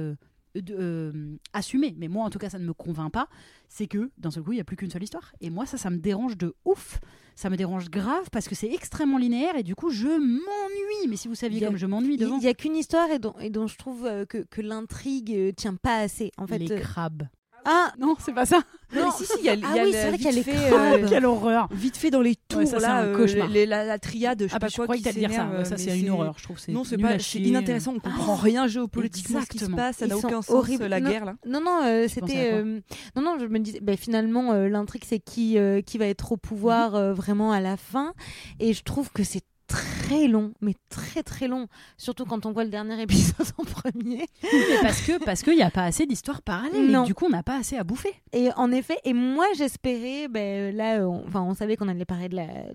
assumé, mais moi en tout cas ça ne me convainc pas, c'est que d'un seul coup il n'y a plus qu'une seule histoire, et moi ça me dérange de ouf, ça me dérange grave parce que c'est extrêmement linéaire et du coup je m'ennuie, mais si vous saviez Il y a- comme je m'ennuie devant. Il y a qu'une histoire et dont je trouve que l'intrigue tient pas assez. En fait, Les crabes. ah Non, c'est pas ça. Non, mais si, il y a, Ah oui, c'est vrai qu'il y a les fait, crabes. Quelle horreur. vite fait dans les tours, Ouais, ça, c'est là, un cauchemar. la triade, je sais Ah bah pas je quoi, croyais qui que t'allais dire ça. s'énerve, Ça mais c'est une horreur, je trouve. Non, c'est nul à pas, c'est chier. inintéressant, on comprend rien géopolitiquement ce qui se Exactement. passe, ça n'a Ils sont aucun sens, horribles. la guerre là. non, pensais c'était à quoi non, je me disais finalement l'intrigue c'est qui va être au pouvoir vraiment à la fin, et je trouve que c'est très long, mais très très long, surtout quand on voit le dernier épisode en premier. Mais parce qu'il n'y a pas assez d'histoires parallèles et Non. que du coup on n'a pas assez à bouffer. Et en effet, et moi j'espérais, là, on savait qu'on allait parler de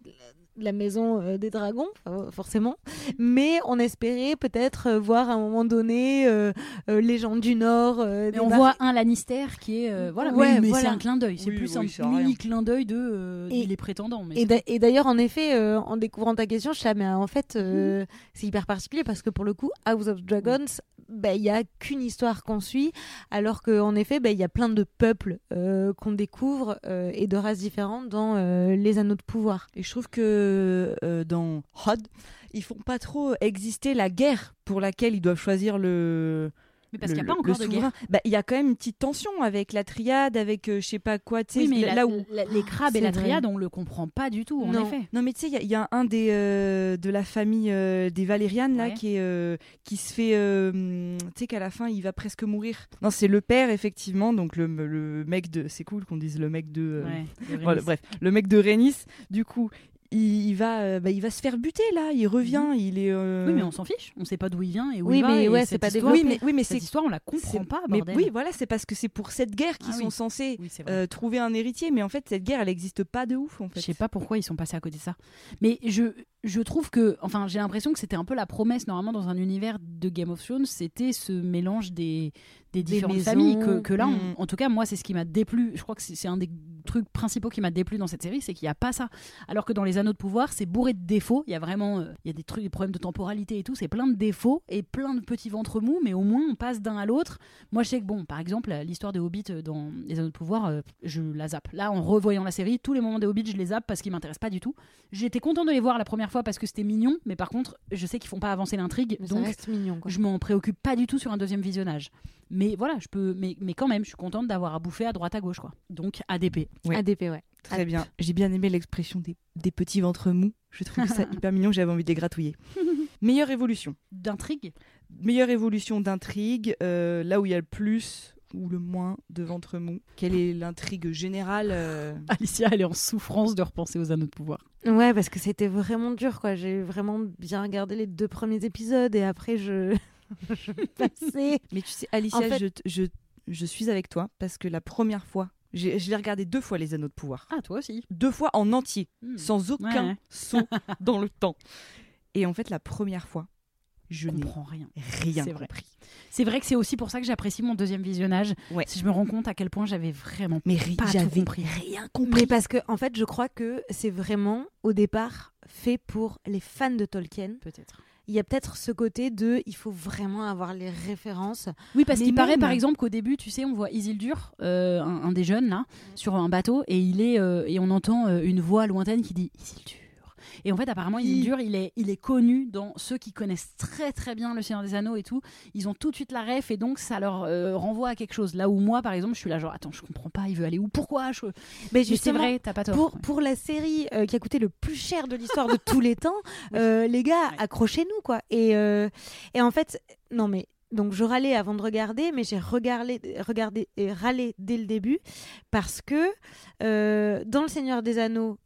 la maison des dragons, forcément, mais on espérait peut-être voir à un moment donné les gens du Nord. Mais on voit un Lannister qui est voilà, Ouais, mais voilà. c'est un clin d'œil, c'est Oui, plus oui, un c'est rien. mini clin d'œil de Et- les prétendants. Mais Et d'ailleurs, en effet, en découvrant ta question, je sais, mais en fait, c'est hyper particulier parce que pour le coup, House of Dragons, il n'y a qu'une histoire qu'on suit, alors qu'en effet, il y a plein de peuples qu'on découvre et de races différentes dans les Anneaux de Pouvoir. Et je trouve que dans Hod, ils font pas trop exister la guerre pour laquelle ils doivent choisir Mais parce qu'il n'y a pas encore de souverain. guerre. Il y a quand même une petite tension avec la triade, avec je sais pas quoi, tu sais, Oui, mais là où. les crabes et C'est la vrai. triade, on le comprend pas du tout, en Non. effet. Non mais tu sais, il y a un des de la famille des Valérianes là Ouais. qui se fait, tu sais qu'à la fin il va presque mourir. Non, c'est le père effectivement, donc le mec de, c'est cool qu'on dise le mec de. Ouais, Voilà, bref, le mec de Rhaenys, du coup, il va se faire buter là, il revient, il est. Oui, mais on s'en fiche, on sait pas d'où il vient et où Oui, il va. mais et ouais, cette c'est pas histoire, développé. oui, mais cette c'est. histoire, on la comprend pas, Mais bordel. oui, voilà, c'est parce que c'est pour cette guerre qu'ils Ah sont oui. censés Oui, c'est vrai. trouver un héritier, mais en fait cette guerre elle n'existe pas de ouf en fait. Je sais pas pourquoi ils sont passés à côté de ça. Mais je trouve que, enfin, j'ai l'impression que c'était un peu la promesse normalement dans un univers de Game of Thrones, c'était ce mélange des différentes maisons. familles que là, Mm. en tout cas, moi, c'est ce qui m'a déplu. Je crois que c'est un des trucs principaux qui m'a déplu dans cette série, c'est qu'il n'y a pas ça. Alors que dans les Anneaux de Pouvoir, c'est bourré de défauts. Il y a vraiment, il y a des trucs, des problèmes de temporalité et tout. C'est plein de défauts et plein de petits ventres mous, mais au moins on passe d'un à l'autre. Moi, je sais que bon, par exemple, l'histoire des Hobbits dans les Anneaux de Pouvoir, je la zappe. Là, en revoyant la série, tous les moments des Hobbits, je les zappe parce qu'ils m'intéressent pas du tout. J'étais content de les voir la première fois parce que c'était mignon, mais par contre, je sais qu'ils font pas avancer l'intrigue, Mais ça donc reste mignon, quoi. je m'en préoccupe pas du tout sur un deuxième visionnage. Mais voilà, mais quand même, je suis contente d'avoir à bouffer à droite à gauche, quoi. Donc ADP. Ouais. ADP, ouais. Très bien. J'ai bien aimé l'expression des petits ventres mous. Je trouve ça hyper mignon, j'avais envie de les gratouiller. Meilleure évolution. D'intrigue. Meilleure évolution d'intrigue, là où il y a le plus ou le moins de ventre mou. Quelle est l'intrigue générale Alicia, elle est en souffrance de repenser aux Anneaux de Pouvoir. Ouais, parce que c'était vraiment dur, quoi. J'ai vraiment bien regardé les 2 premiers épisodes et après je passais. Mais tu sais, Alicia, En fait- je suis avec toi parce que la première fois, je l'ai regardé 2 fois les Anneaux de Pouvoir. Ah, toi aussi. 2 fois en entier, Hmm. sans aucun Ouais. saut dans le temps. Et en fait, la première fois, je Je n'ai comprends rien. rien C'est vrai. compris. C'est vrai que c'est aussi pour ça que j'apprécie mon deuxième visionnage. Ouais. Si je me rends compte à quel point j'avais vraiment Mais pas tout j'avais compris. rien compris. Mais parce que, en fait, je crois que c'est vraiment, au départ, fait pour les fans de Tolkien. Peut-être. il y a peut-être ce côté de il faut vraiment avoir les références. Oui, parce Mais qu'il paraît même- par exemple qu'au début, tu sais, on voit Isildur, un des jeunes là, sur un bateau, et on entend une voix lointaine qui dit Isildur. Et en fait, apparemment, Isildur, il est connu dans ceux qui connaissent très très bien le Seigneur des Anneaux et tout. Ils ont tout de suite la ref et donc ça leur renvoie à quelque chose. Là où moi, par exemple, je suis là genre attends, je comprends pas, il veut aller où, pourquoi Mais Mais c'est justement, vrai, t'as pas tort. pour la série qui a coûté le plus cher de l'histoire de tous les temps, les gars, accrochez-nous quoi. Et en fait, non mais donc je râlais avant de regarder, mais j'ai regardé et râlé dès le début parce que dans le Seigneur des Anneaux,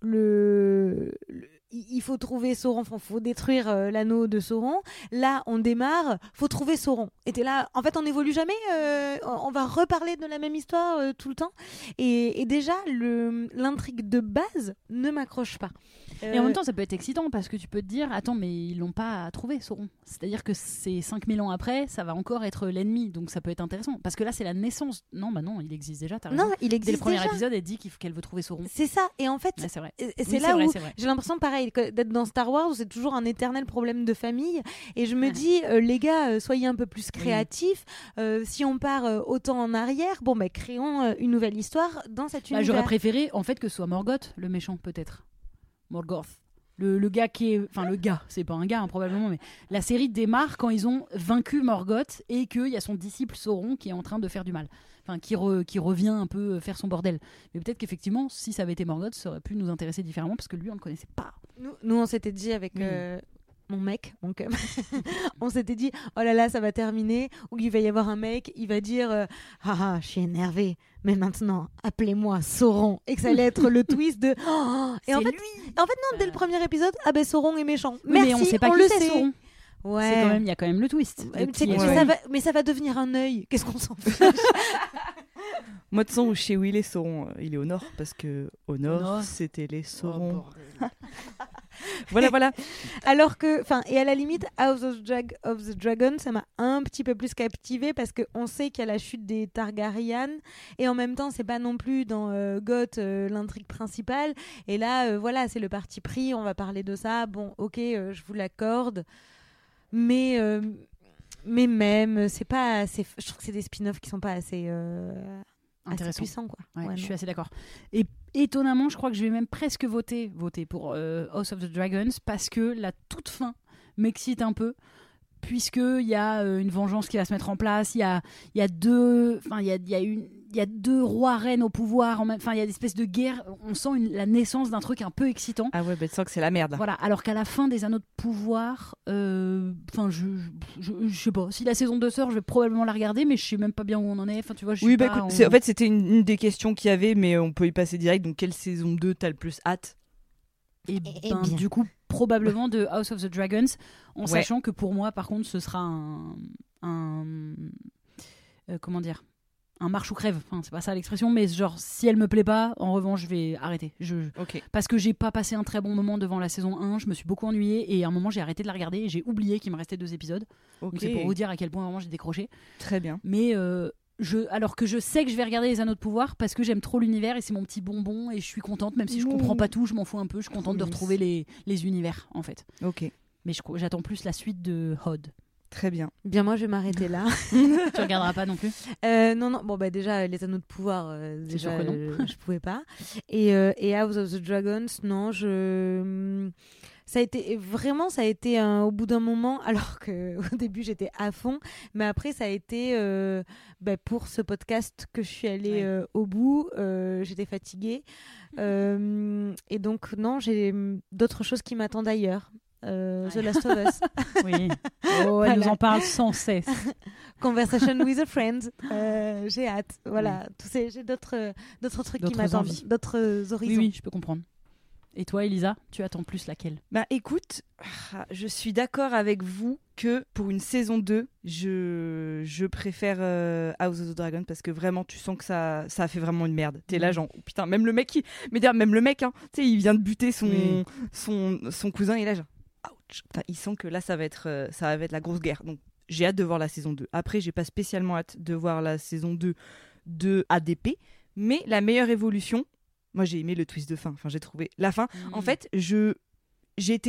il faut trouver Sauron, faut détruire l'anneau de Sauron. Là, on démarre, faut trouver Sauron. Et t'es là, en fait, on n'évolue jamais, on va reparler de la même histoire tout le temps. Et déjà, l'intrigue de base ne m'accroche pas. Et en même temps, ça peut être excitant parce que tu peux te dire attends, mais ils l'ont pas trouvé, Sauron. C'est-à-dire que c'est 5000 ans après, ça va encore être l'ennemi, donc ça peut être intéressant. Parce que là, c'est la naissance. Non, bah non, il existe déjà, t'as raison. non, il Dès existe le premier déjà. épisode, elle dit qu'elle veut trouver Sauron. C'est ça. Et en fait, Ouais, c'est vrai. et Oui, c'est là vrai, où c'est vrai. j'ai l'impression, pareil, d'être dans Star Wars, où c'est toujours un éternel problème de famille. Et je me dis, les gars, soyez un peu plus créatifs. Si on part autant en arrière, bon, bah, créons une nouvelle histoire dans cet Bah, univers. j'aurais préféré en fait que ce soit Morgoth le méchant, peut-être. Morgoth. Le gars qui est. Enfin, le gars, c'est pas un gars, hein, probablement, mais la série démarre quand ils ont vaincu Morgoth et qu'il y a son disciple Sauron qui est en train de faire du mal. Enfin, qui revient un peu faire son bordel. Mais peut-être qu'effectivement, si ça avait été Morgoth, ça aurait pu nous intéresser différemment parce que lui, on le connaissait pas. Nous, on s'était dit avec mon mec, donc, on s'était dit, oh là là, ça va terminer, ou il va y avoir un mec, il va dire, je suis énervé, mais maintenant, appelez-moi Sauron, et que ça allait être le twist de, et en fait, non, dès le premier épisode, ah ben Sauron est méchant. Oui, Merci, mais on sait pas qui le c'est, sait. Sauron. Ouais. Il y a quand même le twist. Ouais, Qui est- mais ça va devenir un œil. Qu'est-ce qu'on s'en fout? Moi, de toute façon, chez Will et Sauron, il est au nord, parce que au nord, nord. c'était les Oh, Saurons. bordel. Voilà. Alors que, et à la limite, House of the Dragon, ça m'a un petit peu plus captivé parce qu'on sait qu'il y a la chute des Targaryen et en même temps, c'est pas non plus dans Goth l'intrigue principale. Et là, voilà, c'est le parti pris, on va parler de ça. Bon, ok, je vous l'accorde. Mais même, c'est pas assez. Je trouve que c'est des spin-offs qui sont pas assez Intéressant. puissants, quoi. Ouais, Ouais, je non. suis assez d'accord. Et étonnamment, je crois que je vais même presque voter pour House of the Dragons parce que la toute fin m'excite un peu. Puisqu'il y a une vengeance qui va se mettre en place, il y a deux rois reines au pouvoir, il y a des espèces de guerre, on sent la naissance d'un truc un peu excitant. Ah ouais, tu sens que c'est la merde. Voilà, alors qu'à la fin des Anneaux de pouvoir, je sais pas, si la saison 2 sort, je vais probablement la regarder, mais je sais même pas bien où on en est. Enfin, tu vois, je suis Oui, pas écoute, en fait, c'était une des questions qu'il y avait, mais on peut y passer direct. Donc, quelle saison 2 t'as le plus hâte? Et Eh ben, bien. du coup, probablement de House of the Dragons, en Ouais. sachant que pour moi, par contre, ce sera comment dire, un marche ou crève. Enfin, c'est pas ça l'expression, mais genre, si elle me plaît pas, en revanche, je vais arrêter. Ok. Parce que j'ai pas passé un très bon moment devant la saison 1, je me suis beaucoup ennuyée et à un moment, j'ai arrêté de la regarder et j'ai oublié qu'il me restait 2 épisodes. Ok. Donc c'est pour vous dire à quel point vraiment j'ai décroché. Très bien. Mais alors que je sais que je vais regarder les Anneaux de pouvoir parce que j'aime trop l'univers et c'est mon petit bonbon et je suis contente, même si je comprends pas tout, je m'en fous un peu, je suis contente de Oui. retrouver les univers en fait. Ok. Mais j'attends plus la suite de Hod. Très bien. Bien, moi, je vais m'arrêter là. Tu regarderas pas non plus? Non. Bon, bah déjà, les Anneaux de pouvoir, C'est déjà, sûr que non. je pouvais pas. Et House of the Dragons, non, ça a été au bout d'un moment, alors que au début j'étais à fond, mais après ça a été pour ce podcast que je suis allée au bout. J'étais fatiguée et donc non, j'ai d'autres choses qui m'attendent ailleurs. The Last of Us, Oui. Oh, elle Voilà. nous en parle sans cesse. Conversation with a Friend. J'ai hâte. Voilà, j'ai d'autres trucs qui D'autres m'attendent, envies. d'autres Oui, horizons. oui, je peux comprendre. Et toi, Elisa, tu attends plus laquelle? Bah écoute, je suis d'accord avec vous que pour une saison 2, je préfère House of the Dragon parce que vraiment tu sens que ça a fait vraiment une merde. T'es là genre oh, putain, même le mec hein, tu sais, il vient de buter son cousin et là genre ouch. Enfin, il sent que là ça va être la grosse guerre. Donc j'ai hâte de voir la saison 2. Après, j'ai pas spécialement hâte de voir la saison 2 de ADP, mais la meilleure évolution, moi j'ai aimé le twist de fin. Enfin, j'ai trouvé la fin. En fait, j'ai été cueillie.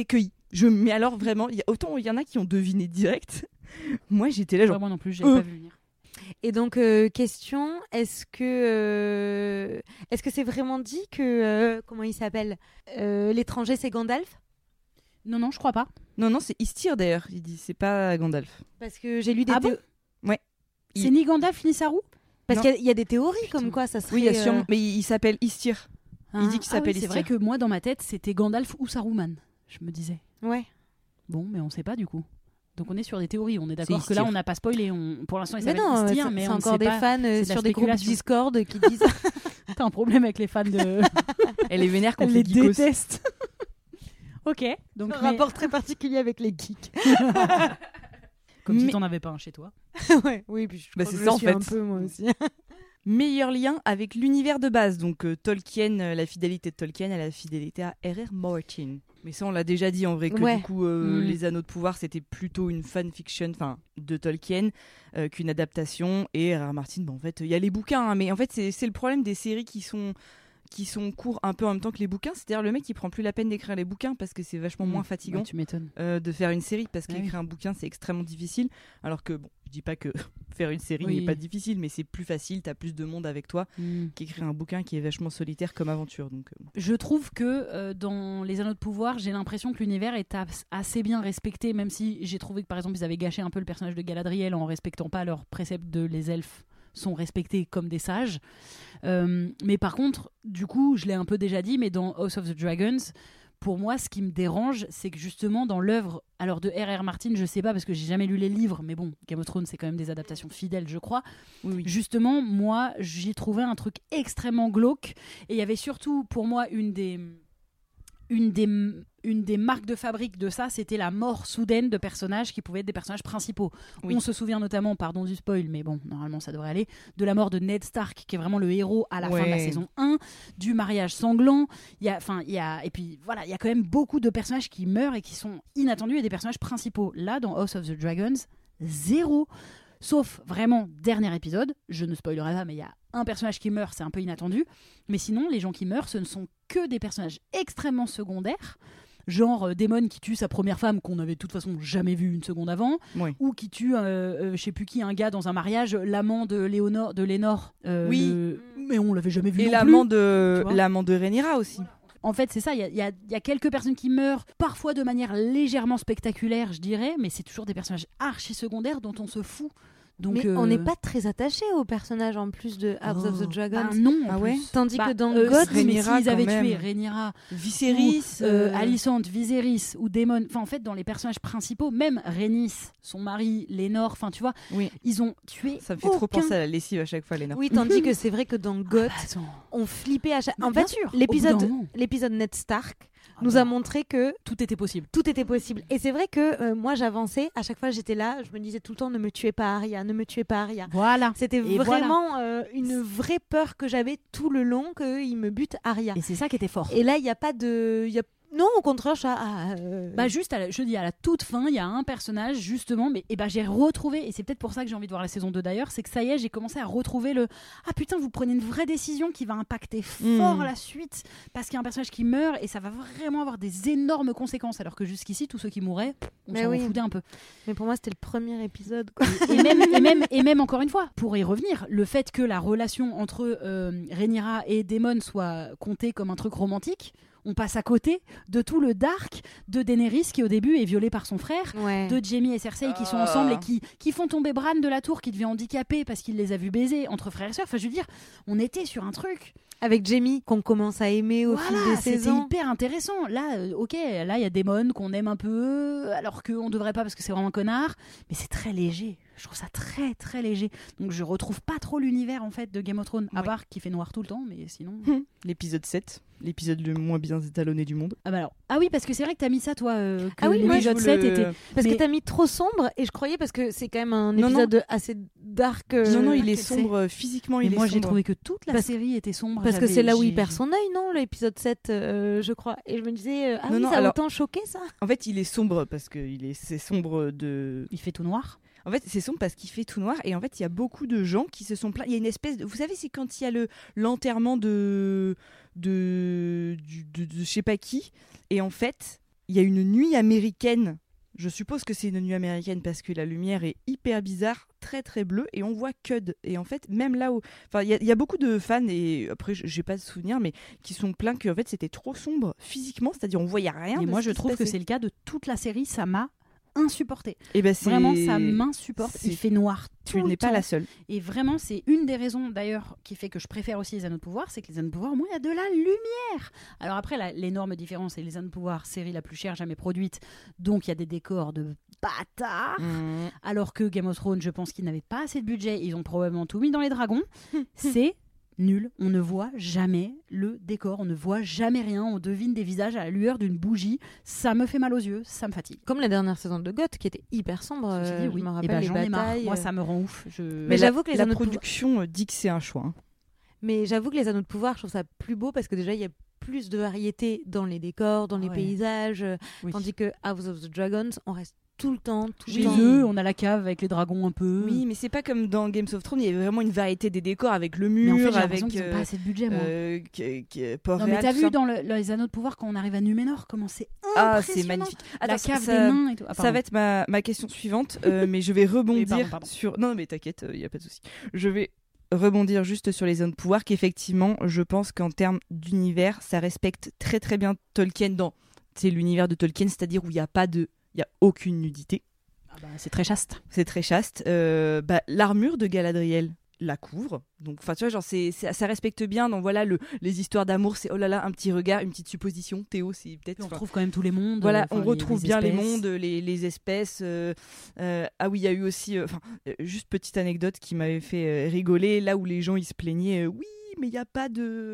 Mais alors vraiment, autant il y en a qui ont deviné direct. Moi j'étais là genre. Moi non plus, j'avais pas vu venir. Et donc, question, est-ce que c'est vraiment dit que, comment il s'appelle, l'étranger c'est Gandalf ? Non, je crois pas. Non, c'est Istir d'ailleurs, il dit, c'est pas Gandalf. Parce que j'ai lu des C'est ni Gandalf ni Saru ? Parce qu'il y a des théories comme quoi ça serait... Oui, il y a sûrement... mais il s'appelle Istir. Il dit qu'il s'appelle C'est Istir. vrai que moi, dans ma tête, c'était Gandalf ou Saruman, je me disais. Ouais. Bon, mais on sait pas du coup. Donc on est sur des théories, on est d'accord C'est que là Istir. on n'a pas spoilé. Pour l'instant il Mais s'appelle non, Istir, c'est mais on encore sait des pas. fans c'est de la sur des groupes spéculation. Discord qui disent... T'as un problème avec les fans de... Elle est vénère qu'on Elle fait les geekos. déteste. Ok. Donc, un rapport très particulier avec les geeks. Comme si Mais- t'en avais pas un chez toi. Ouais, oui, puis je Bah, crois c'est que ça, je en suis fait. un peu moi aussi. Meilleur lien avec l'univers de base, donc Tolkien, la fidélité de Tolkien à la fidélité à R.R. Martin. Mais ça on l'a déjà dit en vrai que Ouais. du coup Les Anneaux de Pouvoir c'était plutôt une fanfiction de Tolkien qu'une adaptation, et R.R. Martin en fait il y a les bouquins hein, mais en fait c'est le problème des séries qui sont courts un peu en même temps que les bouquins, c'est-à-dire le mec il prend plus la peine d'écrire les bouquins parce que c'est vachement moins fatigant Ouais, tu m'étonnes. de faire une série parce Ah qu'écrire oui. un bouquin c'est extrêmement difficile, alors que bon je dis pas que faire une série Oui. n'est pas difficile mais c'est plus facile, t'as plus de monde avec toi qu'écrire un bouquin qui est vachement solitaire comme aventure donc Je trouve que dans Les Anneaux de Pouvoir, j'ai l'impression que l'univers est assez bien respecté, même si j'ai trouvé que par exemple ils avaient gâché un peu le personnage de Galadriel en respectant pas leurs préceptes de les elfes sont respectés comme des sages. Mais par contre, du coup, je l'ai un peu déjà dit, mais dans House of the Dragons, pour moi, ce qui me dérange, c'est que justement dans l'œuvre, alors de R.R. Martin, je sais pas parce que j'ai jamais lu les livres, mais bon, Game of Thrones, c'est quand même des adaptations fidèles, je crois. oui. Justement, moi, j'y trouvais un truc extrêmement glauque, et il y avait surtout pour moi une des marques de fabrique de ça, c'était la mort soudaine de personnages qui pouvaient être des personnages principaux. Oui. On se souvient notamment, pardon du spoil, mais bon, normalement ça devrait aller, de la mort de Ned Stark, qui est vraiment le héros à la fin de la saison 1, du mariage sanglant, et puis voilà, il y a quand même beaucoup de personnages qui meurent et qui sont inattendus, et des personnages principaux. Là, dans House of the Dragons, zéro. Sauf vraiment dernier épisode, je ne spoilerai pas, mais il y a un personnage qui meurt, c'est un peu inattendu. Mais sinon, les gens qui meurent, ce ne sont que des personnages extrêmement secondaires, genre Daemon qui tue sa première femme qu'on n'avait de toute façon jamais vue une seconde avant, Oui. ou qui tue, je sais plus qui, un gars dans un mariage, l'amant de Lénore, Oui. mais on l'avait jamais vu Et non l'amant plus. Tu vois. de Rhaenyra aussi. En fait, c'est ça, il y a quelques personnes qui meurent, parfois de manière légèrement spectaculaire, je dirais, mais c'est toujours des personnages archi secondaires dont on se fout. Donc, Mais on n'est pas très attaché aux personnages en plus de House of the Dragons. non, en Ah ouais. plus. Tandis que dans mais GOT, Rhaenyra, s'ils avaient quand même. tué Rhaenyra, Viserys, Alicent, Viserys ou Daemon, enfin en fait dans les personnages principaux, même Rhaenys, son mari, Lénore, enfin tu vois, oui. ils ont tué Ça me fait trop penser à la lessive à chaque fois, Léna. oui, tandis que c'est vrai que dans GOT, Attends. on flippait à chaque... En Bien fait, sûr, au bout d'un l'épisode moment. Ned Stark nous a montré que Tout était possible. tout était possible. Et c'est vrai que moi, j'avançais. À chaque fois, j'étais là. Je me disais tout le temps, ne me tuez pas, Arya, ne me tuez pas, Arya. Voilà. C'était Et vraiment une vraie peur que j'avais tout le long qu'il me bute Arya. Et c'est ça qui était fort. Et là, il n'y a pas de... Non, au contraire, Bah juste, je dis à la toute fin, il y a un personnage justement, mais j'ai retrouvé, et c'est peut-être pour ça que j'ai envie de voir la saison 2 d'ailleurs, c'est que ça y est, j'ai commencé à retrouver le ah putain, vous prenez une vraie décision qui va impacter fort la suite, parce qu'il y a un personnage qui meurt et ça va vraiment avoir des énormes conséquences, alors que jusqu'ici, tous ceux qui mouraient, on Mais s'en oui. foutait un peu. Mais pour moi, c'était le premier épisode. Quoi. Et même encore une fois, pour y revenir, le fait que la relation entre Rhaenyra et Daemon soit comptée comme un truc romantique, on passe à côté de tout le dark de Daenerys qui au début est violée par son frère, Ouais. de Jaime et Cersei qui sont ensemble et qui font tomber Bran de la tour qui devient handicapé parce qu'il les a vus baiser entre frères et sœurs. Enfin, je veux dire, on était sur un truc. Avec Jaime, qu'on commence à aimer au fil des C'était saisons. hyper intéressant. Là, ok, là il y a Daemon qu'on aime un peu, alors qu'on devrait pas parce que c'est vraiment un connard, mais c'est très léger. Je trouve ça très très léger. Donc je retrouve pas trop l'univers en fait de Game of Thrones, à Oui. part qu'il fait noir tout le temps, mais sinon. L'épisode 7, l'épisode le moins bien étalonné du monde. Ah oui, parce que c'est vrai que t'as mis ça toi. Que Ah oui, moi, l'épisode je 7 voulais- était. Parce Mais- que t'as mis trop sombre et je croyais parce que c'est quand même un Non, épisode assez dark. non, il est quel sombre physiquement, Mais il est moi sombre. j'ai trouvé que toute la Parce- série était sombre. Parce que J'avais- c'est là où il j'ai- perd son œil, non, l'épisode 7, je crois. Et je me disais, Non, oui, non, ça a alors- autant choqué, ça. En fait, il est sombre parce que c'est sombre de. Il fait tout noir. En fait, c'est sombre parce qu'il fait tout noir et en fait, il y a beaucoup de gens qui se sont plaints. Il y a une espèce de... Vous savez, c'est quand il y a l'enterrement de je sais pas qui et en fait, il y a une nuit américaine. Je suppose que c'est une nuit américaine parce que la lumière est hyper bizarre, très très bleue, et on voit Cud. Et en fait, même là où... Enfin, il y a beaucoup de fans, et après, j'ai pas de souvenir, mais qui sont plaints que en fait, c'était trop sombre physiquement, c'est-à-dire on voyait rien. Et de moi, ce je qui se trouve que passait. c'est le cas de toute la série. Ça m'a insupporté. Et ben, Vraiment, ça m'insupporte. Il fait noir tout Tu le n'es pas temps. la seule. Et vraiment, c'est une des raisons d'ailleurs qui fait que je préfère aussi les Anneaux de pouvoir, c'est que les Anneaux de pouvoir, au moins, il y a de la lumière. Alors après, l'énorme différence, c'est les Anneaux de pouvoir, série la plus chère jamais produite, donc il y a des décors de bâtards. Alors que Game of Thrones, je pense qu'ils n'avaient pas assez de budget, ils ont probablement tout mis dans les dragons. C'est nul, on ne voit jamais le décor, on ne voit jamais rien, on devine des visages à la lueur d'une bougie, ça me fait mal aux yeux, ça me fatigue. Comme la dernière saison de GOT qui était hyper sombre. Ceci dit, oui. Je me Eh rappelle ben, les j'en ai marre. batailles. Moi, ça me rend ouf. Mais j'avoue que les la Anneaux de pouvoir- production dit que c'est un choix. Hein. Mais j'avoue que les Anneaux de pouvoir, je trouve ça plus beau parce que déjà, il y a plus de variété dans les décors, dans les Ouais. paysages. Oui. Tandis que House of the Dragons, on reste tout le temps. Chez eux, on a la cave avec les dragons un peu. Oui, mais c'est pas comme dans Game of Thrones, il y avait vraiment une variété des décors avec le Mais mur, en fait, j'ai avec l'impression qu'ils n'ont pas assez de budget, moi. Port-Réal. Non, mais t'as tout vu ça. dans les Anneaux de pouvoir quand on arrive à Numénor, comment c'est Ah, impressionnant. c'est magnifique. La Attends, cave ça- des nains et tout. Ah, Ça pardon. va être ma question suivante, mais je vais rebondir pardon. sur... Non, mais t'inquiète, il n'y a pas de souci. Je vais rebondir juste sur les zones de pouvoir, qu'effectivement, je pense qu'en termes d'univers, ça respecte très très bien Tolkien dans l'univers de Tolkien, c'est-à-dire où il n'y a aucune nudité. Ah bah, c'est très chaste. C'est très chaste. L'armure de Galadriel la couvre. Donc, enfin, tu vois, genre, ça respecte bien. Donc voilà, les histoires d'amour, c'est oh là là, un petit regard, une petite supposition. Théo, c'est peut-être. On enfin, retrouve quand même tous les mondes. Voilà, enfin, on retrouve bien les espèces. mondes, les espèces. Ah oui, il y a eu aussi, juste petite anecdote qui m'avait fait rigoler, là où les gens ils se plaignaient. Oui, mais il y a pas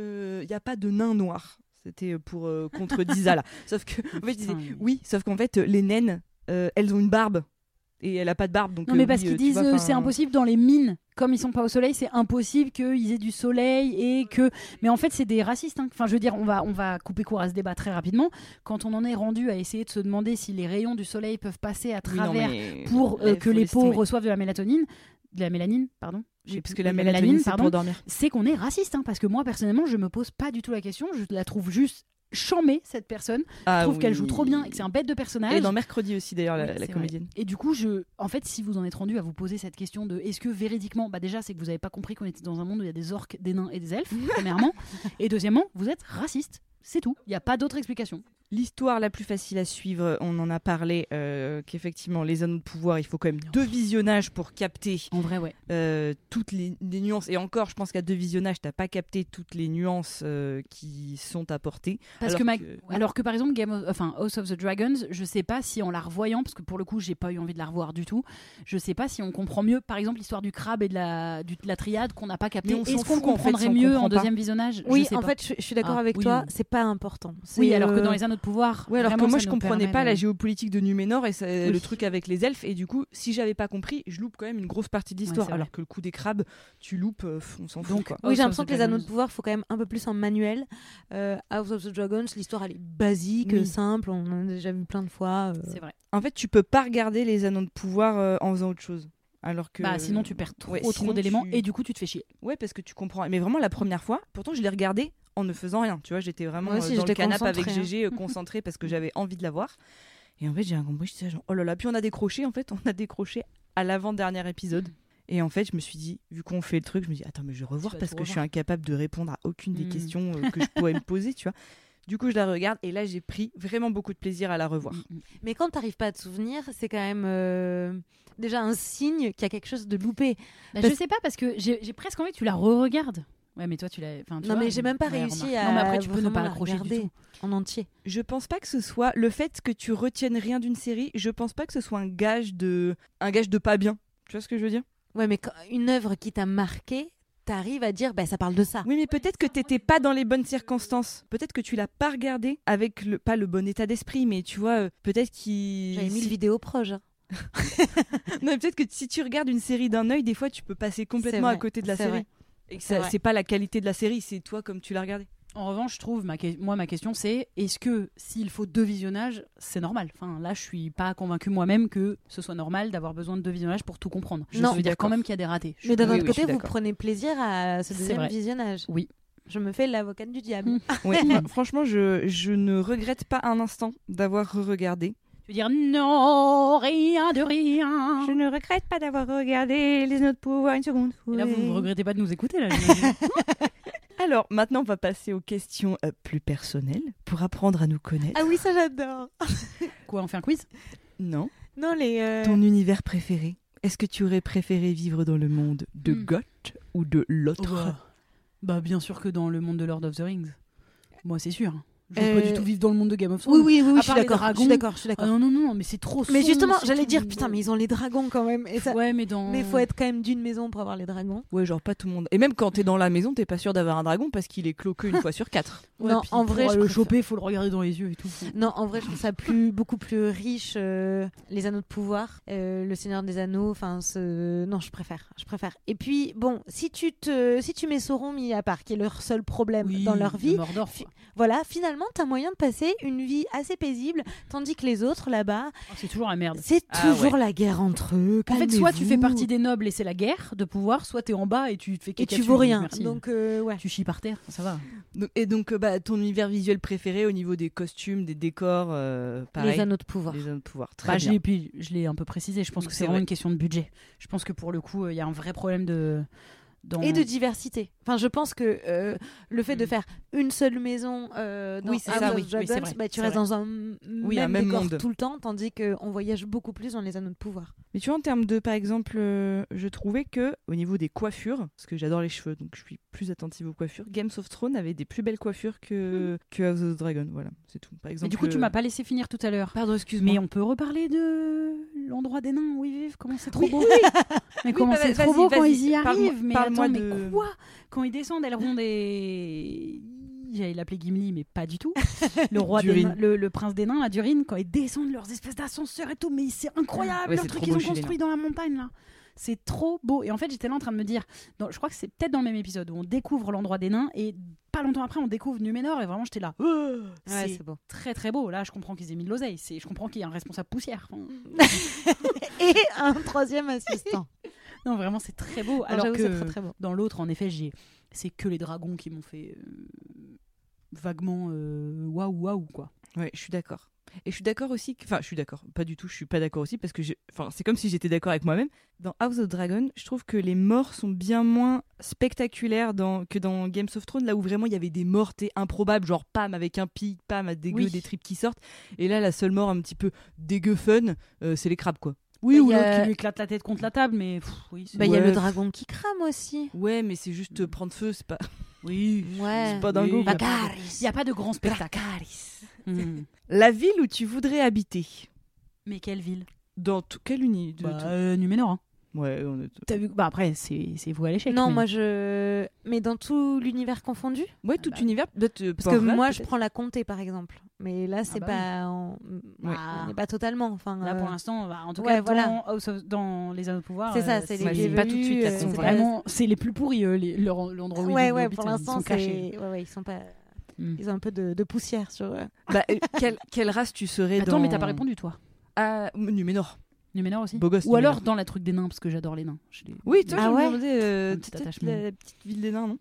de nains noirs. C'était pour contre Dizala. Sauf que, en fait, ils disaient, Putain. oui, sauf qu'en fait, les naines, elles ont une barbe. Et elle a pas de barbe. Donc, Non, mais oui, parce qu'ils tu disent vois, enfin, c'est impossible dans les mines. Comme ils sont pas au soleil, c'est impossible qu'ils aient du soleil et que. Mais en fait, c'est des racistes. Hein. Enfin, je veux dire, on va couper court à ce débat très rapidement. Quand on en est rendu à essayer de se demander si les rayons du soleil peuvent passer à oui, non, travers mais- pour Ouais, que faut les peaux l'estimer. reçoivent de la mélanine, pardon. Oui, parce Oui, que la de mélatonine, c'est pardon. pour dormir. C'est qu'on est raciste. Hein, parce que moi, personnellement, je me pose pas du tout la question. Je la trouve juste chamée, cette personne. Je trouve qu'elle joue trop bien et que c'est un bête de personnage. Et dans Mercredi aussi, d'ailleurs, Oui, la c'est comédienne. vrai. Et du coup, en fait, si vous en êtes rendu à vous poser cette question de est-ce que véridiquement, bah déjà, c'est que vous n'avez pas compris qu'on était dans un monde où il y a des orques, des nains et des elfes, premièrement. Et deuxièmement, vous êtes raciste. C'est tout. Il n'y a pas d'autre explication. L'histoire la plus facile à suivre, on en a parlé, qu'effectivement, les anneaux de pouvoir, il faut quand même 2 visionnages pour capter En vrai, ouais. toutes les nuances. Et encore, je pense qu'à 2 visionnages, t'as pas capté toutes les nuances qui sont apportées. Parce Alors que, alors que par exemple, House of the Dragons, je sais pas si en la revoyant, parce que pour le coup, j'ai pas eu envie de la revoir du tout, je sais pas si on comprend mieux, par exemple, l'histoire du crabe et de la triade qu'on n'a pas capté. Mais on s'en Est-ce qu'on fout, en fait, comprendrait si on mieux comprend en pas. deuxième visionnage? Oui, Je sais en pas. fait, je suis d'accord Ah, avec oui, toi, oui. c'est pas important. Oui, C'est, alors que dans les Anneaux de pouvoir. Ouais, alors que vraiment, moi, ça je nous comprenais permet pas de- la géopolitique de Numénor et Oui. le truc avec les elfes. Et du coup, si j'avais pas compris, je loupe quand même une grosse partie de l'histoire. Ouais, c'est alors vrai. que le coup des crabes, tu loupes, on s'en fout. Donc, quoi. Oui, House j'ai of l'impression the que les Anneaux de Dragons. pouvoir, faut quand même un peu plus en manuel. House of the Dragons, l'histoire elle est basique, Oui. simple, on en a déjà vu plein de fois. C'est vrai. En fait, tu peux pas regarder les anneaux de pouvoir en faisant autre chose. Alors que... Bah, sinon, tu perds trop, Ouais, trop sinon, d'éléments tu- et du coup, tu te fais chier. Ouais, parce que tu comprends. Mais vraiment, la première fois, pourtant, je l'ai regardé en ne faisant rien. Tu vois, j'étais vraiment Moi aussi, dans le j'étais canapé avec concentrée, GG, concentrée parce que j'avais envie de la voir. Et en fait, j'ai compris, j'étais genre, oh là là. Puis on a décroché, en fait, à l'avant-dernier épisode. Et en fait, je me suis dit, vu qu'on fait le truc, je me dis, attends, mais je vais revoir vas parce tout que je suis revoir. incapable de répondre à aucune des Mm. questions que je pourrais me poser, tu vois. Du coup, je la regarde et là, j'ai pris vraiment beaucoup de plaisir à la revoir. Mais quand t'arrives pas à te souvenir, c'est quand même déjà un signe qu'il y a quelque chose de loupé. Bah, Parce- je sais pas parce que j'ai presque envie que tu la re-regardes. Ouais, mais toi, tu l'as. Enfin, tu Non, vois, mais j'ai même pas ouais, réussi remarque. à. Non, mais après, tu peux ne vraiment pas la l'accrocher du regarder tout. en entier. Je pense pas que ce soit le fait que tu retiennes rien d'une série. Je pense pas que ce soit un gage de pas bien. Tu vois ce que je veux dire? Ouais, mais une œuvre qui t'a marqué, t'arrives à dire, bah ça parle de ça. Oui, mais peut-être que t'étais pas dans les bonnes circonstances. Peut-être que tu l'as pas regardé avec pas le bon état d'esprit, mais tu vois, peut-être qu'il. J'avais mis le vidéo proche. Hein. Non, mais peut-être que si tu regardes une série d'un œil, des fois, tu peux passer complètement vrai, à côté de la c'est série. vrai. Et que C'est ça, vrai. c'est pas la qualité de la série, c'est toi comme tu l'as regardé. En revanche, je trouve, ma question, c'est est-ce que s'il faut 2 visionnages, c'est normal? Enfin, là, je suis pas convaincue moi-même que ce soit normal d'avoir besoin de 2 visionnages pour tout comprendre. Je Non. veux dire D'accord. quand même qu'il y a des ratés. Mais d'un Oui, autre oui, je côté, suis vous d'accord. prenez plaisir à ce C'est deuxième vrai. visionnage. Oui. Je me fais l'avocate du diable. Ouais, franchement, je ne regrette pas un instant d'avoir re-regardé. Tu veux dire non, rien de rien. Je ne regrette pas d'avoir regardé Les Anneaux de Pouvoir une seconde. Et là, vous ne regrettez pas de nous écouter, là. Alors, maintenant, on va passer aux questions plus personnelles pour apprendre à nous connaître. Ah oui, ça j'adore. Quoi, on fait un quiz? Non. Non, les... Ton univers préféré? Est-ce que tu aurais préféré vivre dans le monde de Goth ou de l'autre? Bah, bien sûr que dans le monde de Lord of the Rings. Moi, c'est sûr. Je veux pas du tout vivre dans le monde de Game of Thrones. Oui, À je suis part les d'accord. dragons. Je suis d'accord. Ah non, mais c'est trop Mais sombre, justement, c'est j'allais tout- dire, putain, mais ils ont les dragons quand même. Et ça... Ouais, mais dans... Mais faut être quand même d'une maison pour avoir les dragons. Ouais, genre pas tout le monde. Et même quand t'es dans la maison, t'es pas sûr d'avoir un dragon parce qu'il est clos qu'une fois sur 4. Ouais, Non, puis en pour vrai, je le préfère- choper, faut le regarder dans les yeux et tout. Non, en vrai, je trouve ça beaucoup plus riche. Les Anneaux de Pouvoir, le Seigneur des Anneaux. Enfin, non, je préfère. Et puis, bon, si tu mets Sauron mis à part, qui est leur seul problème Oui, dans leur vie, le Mordor, quoi. voilà, finalement, t'as moyen de passer une vie assez paisible, tandis que les autres là-bas, Oh, c'est toujours la merde. c'est Ah toujours la guerre entre eux. En fait, soit tu fais calmez-vous. partie des nobles et c'est la guerre de pouvoir, soit t'es en bas et tu te fais et caca tu dessus, vaux rien. merci. Donc, ouais. Tu chies par terre, ça va. Donc, ton univers visuel préféré au niveau des costumes, des décors, pareil. Les Anneaux de Pouvoir. Les Anneaux de Pouvoir. Très Bah, bien. je l'ai un peu précisé. Je pense que C'est c'est vraiment vrai. une question de budget. Je pense que pour le coup, il y a un vrai problème Et de diversité. Enfin, je pense que le fait de faire une seule maison dans Oui, c'est House ça, of oui. Dragons, Oui, c'est vrai, bah, tu c'est restes vrai. dans un Oui, même un décor monde. tout le temps, tandis qu'on voyage beaucoup plus dans les Anneaux de Pouvoir. Mais tu vois, en termes de, par exemple, je trouvais que au niveau des coiffures, parce que j'adore les cheveux, donc je suis plus attentive aux coiffures, Game of Thrones avait des plus belles coiffures que House of the Dragon. Voilà, c'est tout. Par exemple, Mais du coup, tu m'as pas laissé finir tout à l'heure. Pardon, excuse-moi. Mais on peut reparler de l'endroit des nains où ils vivent. Comment c'est trop Oui, beau. oui. Mais comment bah, c'est trop vas-y, beau quand vas-y. ils y arrivent. Mais Parle-moi attends, de- mais quoi? Quand ils descendent, elles vont des... J'allais l'appeler Gimli, mais pas du tout. Le roi des Durin. nains, le prince des nains, la Durin, quand ils descendent leurs espèces d'ascenseurs et tout, mais c'est incroyable Ouais, leur c'est truc trop qu'ils beau ont chez les construit dans la montagne là. C'est trop beau. Et en fait, j'étais là en train de me dire, je crois que c'est peut-être dans le même épisode où on découvre l'endroit des nains et pas longtemps après, on découvre Numénor et vraiment, j'étais là. C'est beau. très très beau. Là, je comprends qu'ils aient mis de l'oseille. Je comprends qu'il y a un responsable poussière. Enfin, Et un troisième assistant. non, vraiment, c'est très beau. Non, Alors j'avoue, que c'est très très beau. dans l'autre, en effet, c'est que les dragons qui m'ont fait vaguement waouh quoi. Ouais, je suis d'accord. Et je suis d'accord aussi, enfin, je suis d'accord, pas du tout, je suis pas d'accord aussi, parce que c'est comme si j'étais d'accord avec moi-même. Dans House of Dragon, je trouve que les morts sont bien moins spectaculaires que dans Game of Thrones, là où vraiment il y avait des morts improbables, genre pam, avec un pic, pam, dégueu, Oui. des tripes qui sortent. Et là, la seule mort un petit peu dégueu fun, c'est les crabes, quoi. Oui, Et ou y a- l'autre qui lui éclate la tête contre la table, mais oui. Bah, il y a Ouais. le dragon qui crame aussi. Ouais, mais c'est juste prendre feu, c'est pas. Oui. Ouais. C'est pas dingo, Oui, quoi. Il n'y a pas de grand spectacle. Hmm. La ville où tu voudrais habiter. Mais quelle ville? Dans quel uni Numénor. Hein. Ouais, T'as vu? Bah après, c'est vous à l'échec. Non, mais... moi mais dans tout l'univers confondu. ouais, tout bah, univers. Parce que moi, je prends la comté par exemple. Mais là, c'est bah pas. Ouais. On n'est pas totalement. Enfin, Là, pour l'instant, en tout ouais, cas, voilà. dans les Anneaux de Pouvoir, c'est ça, c'est les ouais, pieds c'est pas tout de suite, velus, elles sont c'est c'est vraiment, c'est les plus pourris, l'endroit où ils Ouais, vivent, ouais, le Hobbit, pour ils l'instant, sont cachés. c'est. Ouais, ils sont pas. Hmm. Ils ont un peu de poussière sur eux. Bah, quelle race tu serais Attends, dans... mais t'as pas répondu, toi. Ah, Numénor. Numénor aussi. Beau gosse, Ou alors Numénor. dans la truc des nains, parce que j'adore les nains. Oui, toi, Ah je ouais me demandais Un petit peut-être attachement. la petite ville des nains, non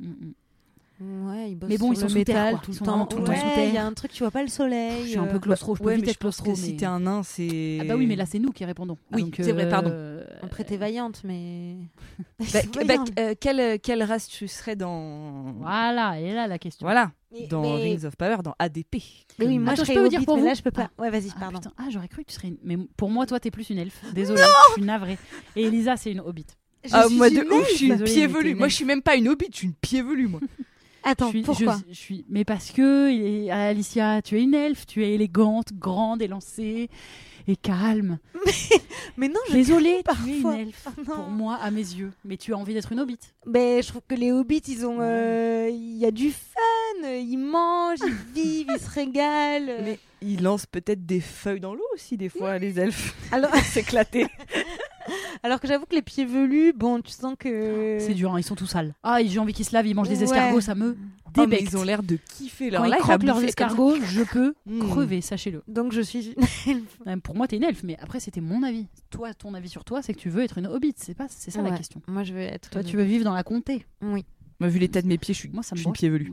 Ouais, ils bossent Mais bon, ils sur sont le sous terre, métal quoi. tout Ils le sont temps. vraiment tout le temps Ouais, sous terre. il y a un truc, tu vois pas le soleil. Je suis un peu claustro, je peux Ouais, vite mais être je pense claustro. que si mais- t'es un nain, c'est... Ah bah oui, mais là c'est nous qui répondons. Oui, Donc, c'est vrai, pardon. Après, t'es vaillante, mais. Bah, Vaillante. quelle race tu serais dans... Voilà, elle est là la question. Voilà, Mais- dans mais- Rings of Power, dans ADP. Mais oui, moi, Attends, je je serais peux vous Hobbit, dire pour mais vous là, je peux pas. Ouais, vas-y, Ah, pardon. putain. Ah, j'aurais cru que tu serais une... Mais pour moi, toi, t'es plus une elfe. Désolée, je suis navrée. Et Elisa, c'est une hobbit. Ah, suis moi, une de ouf, je suis une Désolée, pied mais t'es velue. une Moi, elfe. je suis même pas une hobbit, je suis une pied velue, moi. Attends, pourquoi je suis... Mais parce que, Alicia, tu es une elfe, tu es élégante, grande, élancée et calme. Mais non, je. Désolée, tu es parfois. une elfe. Oh non. Pour moi, à mes yeux. Mais tu as envie d'être une hobbit. Ben, je trouve que les hobbits, ils ont. Il y a du fun, ils mangent, ils vivent, ils se régalent. Mais ils lancent peut-être des feuilles dans l'eau aussi, des fois, les elfes. Alors, S'éclater. alors que j'avoue que les pieds velus, bon, tu sens que. C'est dur, hein, ils sont tous sales. Ah, j'ai envie qu'ils se lavent, ils mangent des Ouais. escargots, ça me Oh, mais débecte. ils ont l'air de kiffer Quand leur ils life. à croquent leurs bouffer comme ça. escargots, je peux Mm. crever, sachez-le. Donc je suis. Pour moi, t'es une elfe, mais après, c'était mon avis. Toi, ton avis sur toi, c'est que tu veux être une hobbit. C'est ça la Ouais. question. Moi, je veux être. Toi, tu veux vivre dans la comté. Oui. Moi, vu l'état de mes pieds, je suis, Moi, ça me je suis une branche. pied velu.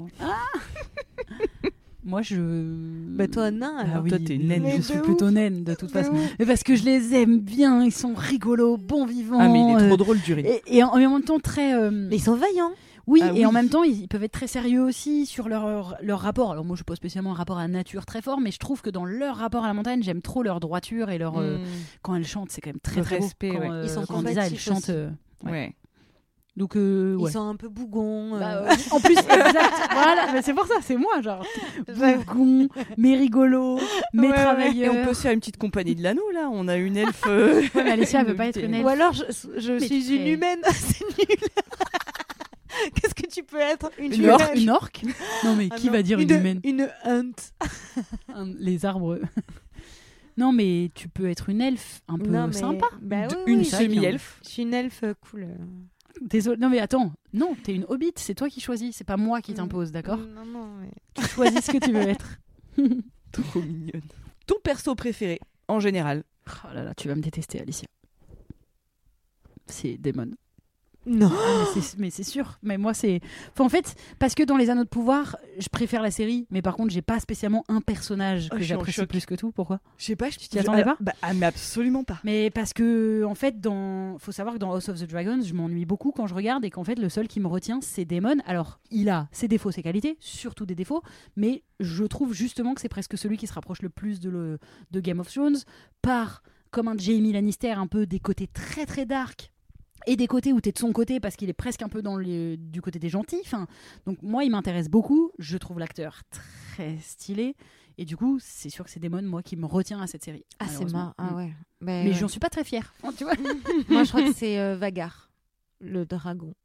Moi, je. Bah toi, nain, alors. Ah oui, toi, t'es naine. Mais Je suis de plutôt ouf. naine de toute De façon. ouf. Mais parce que je les aime bien, ils sont rigolos, bons vivants. Ah, mais il est trop drôle, Durin. Et en même temps très. Mais ils sont vaillants. Oui, Ah et oui. en même temps, ils peuvent être très sérieux aussi sur leur rapport. Alors moi, je n'ai pas spécialement un rapport à la nature très fort, mais je trouve que dans leur rapport à la montagne, j'aime trop leur droiture et leur quand elles chantent, c'est quand même très Le très beau. respect, Quand, ouais. Ils sont quand Lisa, elle combatifs chante. aussi. Ouais. Donc ouais. Ils sont un peu bougons. Bah, en plus, exact. Voilà, mais c'est pour ça, c'est moi, genre bougon, mais rigolo, mais Ouais, travailleur. Et on peut se faire une petite compagnie de l'anneau, là. On a une elfe. Ouais, mais Alessia, elle veut pas être une elfe. Ou alors, je Mais suis tu une serais- humaine. C'est nul. Qu'est-ce que tu peux être? Une orque, une orque. Non mais Ah qui non. va dire une humaine? Une hunt. Les arbres. Non mais tu peux être une elfe un peu Non, mais- sympa. Bah oui, Une oui. semi-elfe. Je suis une elfe cool. Désolé. Non mais attends, non, t'es une hobbit, c'est toi qui choisis, c'est pas moi qui t'impose, d'accord? Non, non, mais... Tu choisis ce que tu veux être. Trop mignonne. Ton perso préféré, en général? Oh là là, tu vas me détester, Alicia. C'est Daemon. Non. Mais c'est sûr. Mais moi, c'est. Enfin, en fait, parce que dans Les Anneaux de Pouvoir, je préfère la série, mais par contre, j'ai pas spécialement un personnage Oh, que je suis en j'apprécie choc. plus que tout. Pourquoi? Je sais pas, Tu t'y attendais pas? Mais absolument pas. Mais parce que, en fait, faut savoir que dans House of the Dragons, je m'ennuie beaucoup quand je regarde et qu'en fait, le seul qui me retient, c'est Daemon. Alors, il a ses défauts, ses qualités, surtout des défauts, mais je trouve justement que c'est presque celui qui se rapproche le plus de Game of Thrones, comme un Jaime Lannister, un peu des côtés très très dark. Et des côtés où tu es de son côté parce qu'il est presque un peu du côté des gentils. Enfin, donc moi, il m'intéresse beaucoup. Je trouve l'acteur très stylé. Et du coup, c'est sûr que c'est Daemon, moi, qui me retient à cette série. Ah, c'est malheureusement. marrant. Ah ouais. Mais j'en suis pas très fière. Tu vois. Moi, je crois que c'est Vagar, le dragon.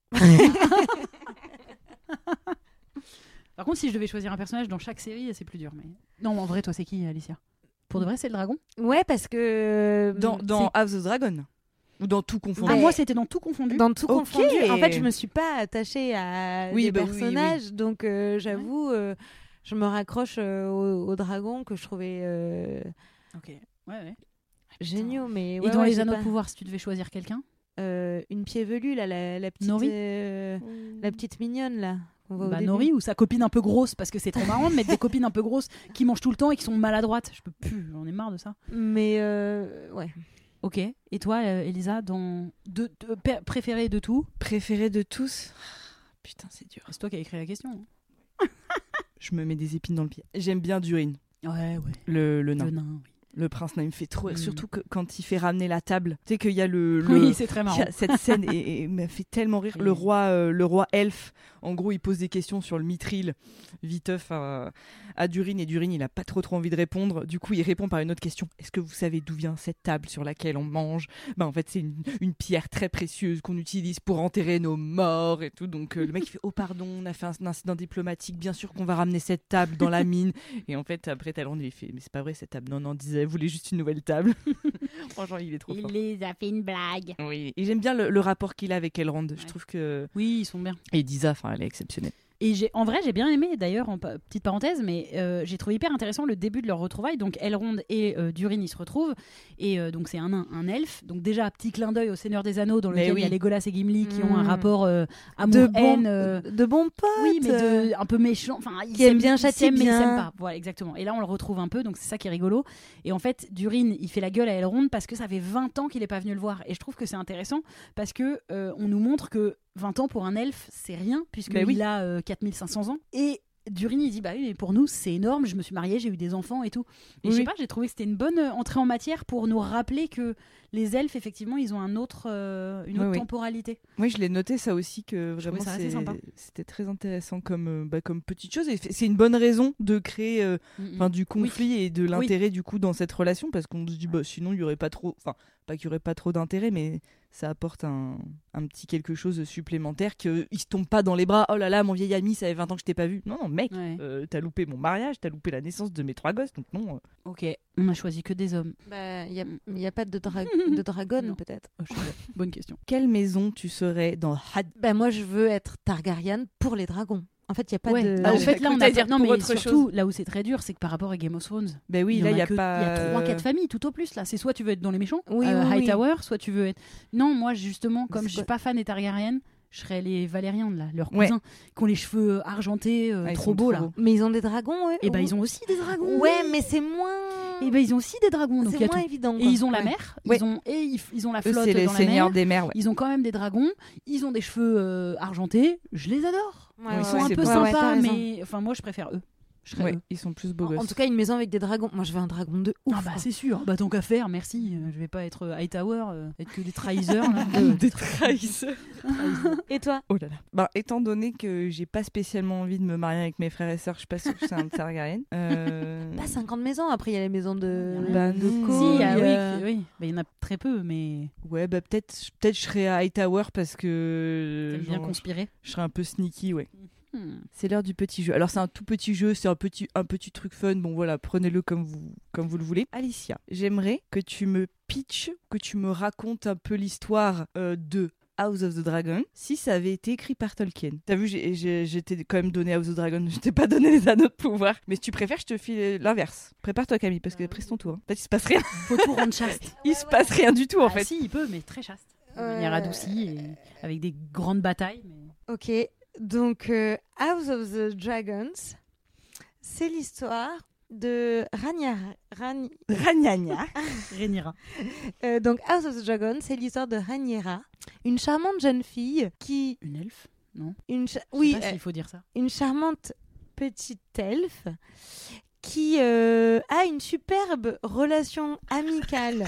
Par contre, si je devais choisir un personnage dans chaque série, c'est plus dur. Mais non, en vrai, toi, c'est qui, Alicia? Pour de vrai, c'est le dragon? Ouais, parce que... Dans House of the Dragon? Ou dans tout confondu? Ah, Ouais. moi, c'était dans tout confondu. Dans tout Ok. confondu. En fait, je me suis pas attachée à Oui, des bah oui, personnages, donc j'avoue, je me raccroche au dragon que je trouvais Ok. Ouais. géniaux. Mais Et ouais, dans ouais, Les j'ai Anneaux pas- de Pouvoir, si tu devais choisir quelqu'un? une pied velue là, la petite, Nori la petite mignonne là. qu'on voit au début. Nori ou sa copine un peu grosse, parce que c'est trop marrant de mettre des copines un peu grosses qui mangent tout le temps et qui sont maladroites. Je peux plus, j'en ai marre de ça. Mais ouais. Ok. Et toi, Elisa, préférée de tout? Préféré de tous? Putain, c'est dur. C'est toi qui as écrit la question. Je me mets des épines dans le pied. J'aime bien Durin, Ouais. le nain. Le nain, oui. Le prince nain, il me fait trop rire. Mm. Surtout quand il fait ramener la table. Tu sais qu'il y a Oui, c'est très il marrant. y a cette scène et m'a fait tellement rire. Oui. Le roi elfe, en gros, il pose des questions sur le mithril viteuf à Durin, et Durin, il a pas trop envie de répondre. Du coup, il répond par une autre question. Est-ce que vous savez d'où vient cette table sur laquelle on mange? En fait, c'est une pierre très précieuse qu'on utilise pour enterrer nos morts et tout. Donc, le mec, il fait: oh, pardon, on a fait un incident diplomatique. Bien sûr qu'on va ramener cette table dans la mine. Et en fait, après, Talon, il fait: mais c'est pas vrai, cette table. Non, disait, vous voulez juste une nouvelle table. Franchement, il est trop fort. les a fait une blague. Oui, et j'aime bien le rapport qu'il a avec Elrond. Je Ouais. trouve que. Oui, ils sont bien. Et Disa, enfin, elle est exceptionnelle. Et en vrai, j'ai bien aimé, d'ailleurs, petite parenthèse, mais j'ai trouvé hyper intéressant le début de leur retrouvaille. Donc, Elrond et Durin, ils se retrouvent. Et donc, c'est un nain, un elfe. Donc, déjà, petit clin d'œil au Seigneur des Anneaux, dans Mais lequel oui. il y a Legolas et Gimli qui ont un Mm. rapport de amour-haine. bons potes. Oui, mais un peu méchant. Enfin, ils Qui aiment s'aiment- bien, ils châtient s'aiment, mais ils bien. s'aiment pas. Voilà, exactement. Et là, on le retrouve un peu, donc c'est ça qui est rigolo. Et en fait, Durin, il fait la gueule à Elrond parce que ça fait 20 ans qu'il est pas venu le voir. Et je trouve que c'est intéressant parce que on nous montre que 20 ans pour un elfe, c'est rien, puisqu'il oui. a 4500 ans. Et Durin, il dit: bah oui, mais pour nous, c'est énorme, je me suis mariée, j'ai eu des enfants et tout. Et Oui. je sais pas, j'ai trouvé que c'était une bonne entrée en matière pour nous rappeler que les elfes, effectivement, ils ont une autre Oui. temporalité. Oui, je l'ai noté ça aussi, que Je trouvais vraiment ça assez sympa. c'était très intéressant comme petite chose. Et c'est une bonne raison de créer du conflit et de l'intérêt du coup dans cette relation, parce qu'on se dit sinon il y aurait pas trop, enfin pas qu'il y aurait pas trop d'intérêt, mais ça apporte un petit quelque chose supplémentaire, qu'ils se tombent pas dans les bras. Oh là là, mon vieil ami, ça fait 20 ans que je t'ai pas vu. Non, mec, Ouais. t'as loupé mon mariage, t'as loupé la naissance de mes 3 gosses, donc non. Ok, on a choisi que des hommes. Bah, il y a pas de de dragon Non. peut-être. Oh, je sais pas. Bonne question. Quelle maison tu serais dans Bah moi je veux être Targaryen pour les dragons. En fait, il y a pas Ouais. de. Ah, en j'ai fait, cru là, on que a t'allais dire non, pour mais autre surtout, là où c'est très dur, c'est que par rapport à Game of Thrones, Ben oui, là il y a il y pas. a 3-4 familles tout au plus là. C'est soit tu veux être dans les méchants, Oui, oui, oui. Hightower, soit tu veux être. Non, moi justement, comme C'est je suis quoi pas fan des Targaryen, Je serais les Valérians, là, leurs Ouais. cousins, qui ont les cheveux argentés, Ah, ils trop sont beaux, là. beaux. Mais ils ont des dragons, eux. Et ben ils ont aussi des dragons. Ouais, mais c'est moins. Et ben ils ont aussi des dragons. Donc il y C'est a moins tout. évident. Et quoi. ils ont la Ouais. mer. Ouais. Ils ont la Eux, flotte c'est les dans la seigneurs mer. des mers. Ouais. Ils ont quand même des dragons. Ils ont des cheveux argentés. Je les adore. Ouais, Ils ouais, sont ouais. un Ils sont un peu beau. Ouais, ouais, t'as sympas, raison. mais enfin moi je préfère eux. Je serais Ouais, eux. ils sont plus beaux En gosses. tout cas, une maison avec des dragons. Moi, je veux un dragon de ouf. Ah bah c'est sûr. Bah tant qu'à faire, merci. Je vais pas être Hightower, être que des trahiseurs. là. Des trahisseurs. Et toi? Oh là là. Bah, étant donné que j'ai pas spécialement envie de me marier avec mes frères et sœurs, je suis pas sûre que c'est un Targaryen. Pas 50 maisons. Après, il y a les maisons de. Bah, de non. Co, Si, il y a- oui. Bah, il y en a très peu, mais Ouais, bah peut-être je serais à Hightower parce que t'aimes bien genre, conspirer. je serais un peu sneaky, ouais. Hmm. C'est l'heure du petit jeu. Alors c'est un tout petit jeu, c'est un petit truc fun. Bon voilà, prenez-le comme vous le voulez. Alicia, j'aimerais que tu me pitches, que tu me racontes un peu l'histoire de House of the Dragon si ça avait été écrit par Tolkien. T'as vu, j'étais quand même donné House of the Dragon, je t'ai pas donné les anneaux de pouvoir. Mais si tu préfères, je te file l'inverse. Prépare-toi Camille, parce que après c'est ton tour. Hein. En fait, il se passe rien. Faut tout rendre chaste. Il se passe rien du tout en Ah, fait. si, il peut, mais très chaste. De manière adoucie, et avec des grandes batailles. Mais... Ok, donc House of the Dragons, c'est l'histoire de Ragnagna. Rhaenyra. donc House of the Dragons, c'est l'histoire de Rhaenyra, une charmante jeune fille qui, Une elfe. Non. une cha- Je oui, sais pas s'il faut dire ça. une charmante petite elfe qui a une superbe relation amicale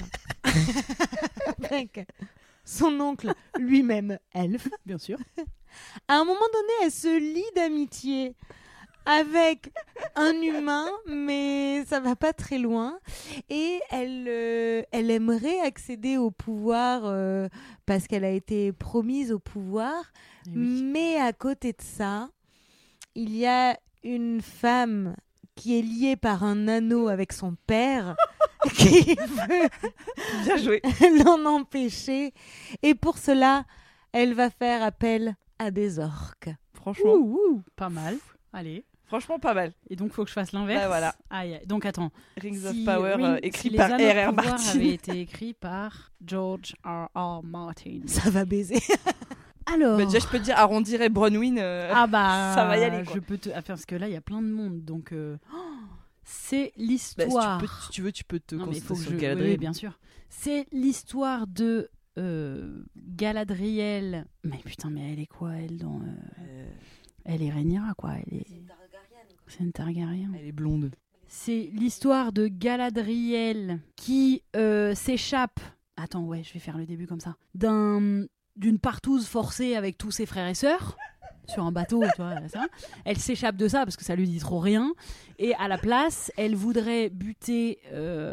avec son oncle lui-même elfe. Bien sûr. À un moment donné, elle se lie d'amitié avec un humain, mais ça va pas très loin. Et elle aimerait accéder au pouvoir parce qu'elle a été promise au pouvoir. Eh oui. Mais à côté de ça, il y a une femme qui est liée par un anneau avec son père qui veut Bien joué. l'en empêcher. Et pour cela, elle va faire appel à des orques. Franchement, Pas mal. Allez. franchement pas mal. Et donc, faut que je fasse l'inverse. Bah, voilà. Aïe, aïe. Donc, attends. Rings of Si Power si écrit les par Anneaux de R.R. pouvoir Martin. avait été écrit par George R.R. Martin. Ça va baiser. Alors. Bah, déjà, je peux te dire, arrondir et Bronwyn. Ah bah. ça va y aller, quoi. Je peux te. Ah, parce que là, il y a plein de monde. Donc, c'est Bah, l'histoire. si tu veux, tu peux te Non, mais il concentrer faut que sur je... Galadriel. Oui, bien sûr. C'est l'histoire de Galadriel. Mais putain, mais elle est quoi, elle, dans... Elle est Rhaenyra, quoi. C'est une Targaryen. Elle est blonde. C'est l'histoire de Galadriel qui s'échappe... Attends, ouais, je vais faire le début comme ça. D'une partouze forcée avec tous ses frères et sœurs. Sur un bateau, tu vois, ça. Elle s'échappe de ça parce que ça lui dit trop rien. Et à la place, elle voudrait buter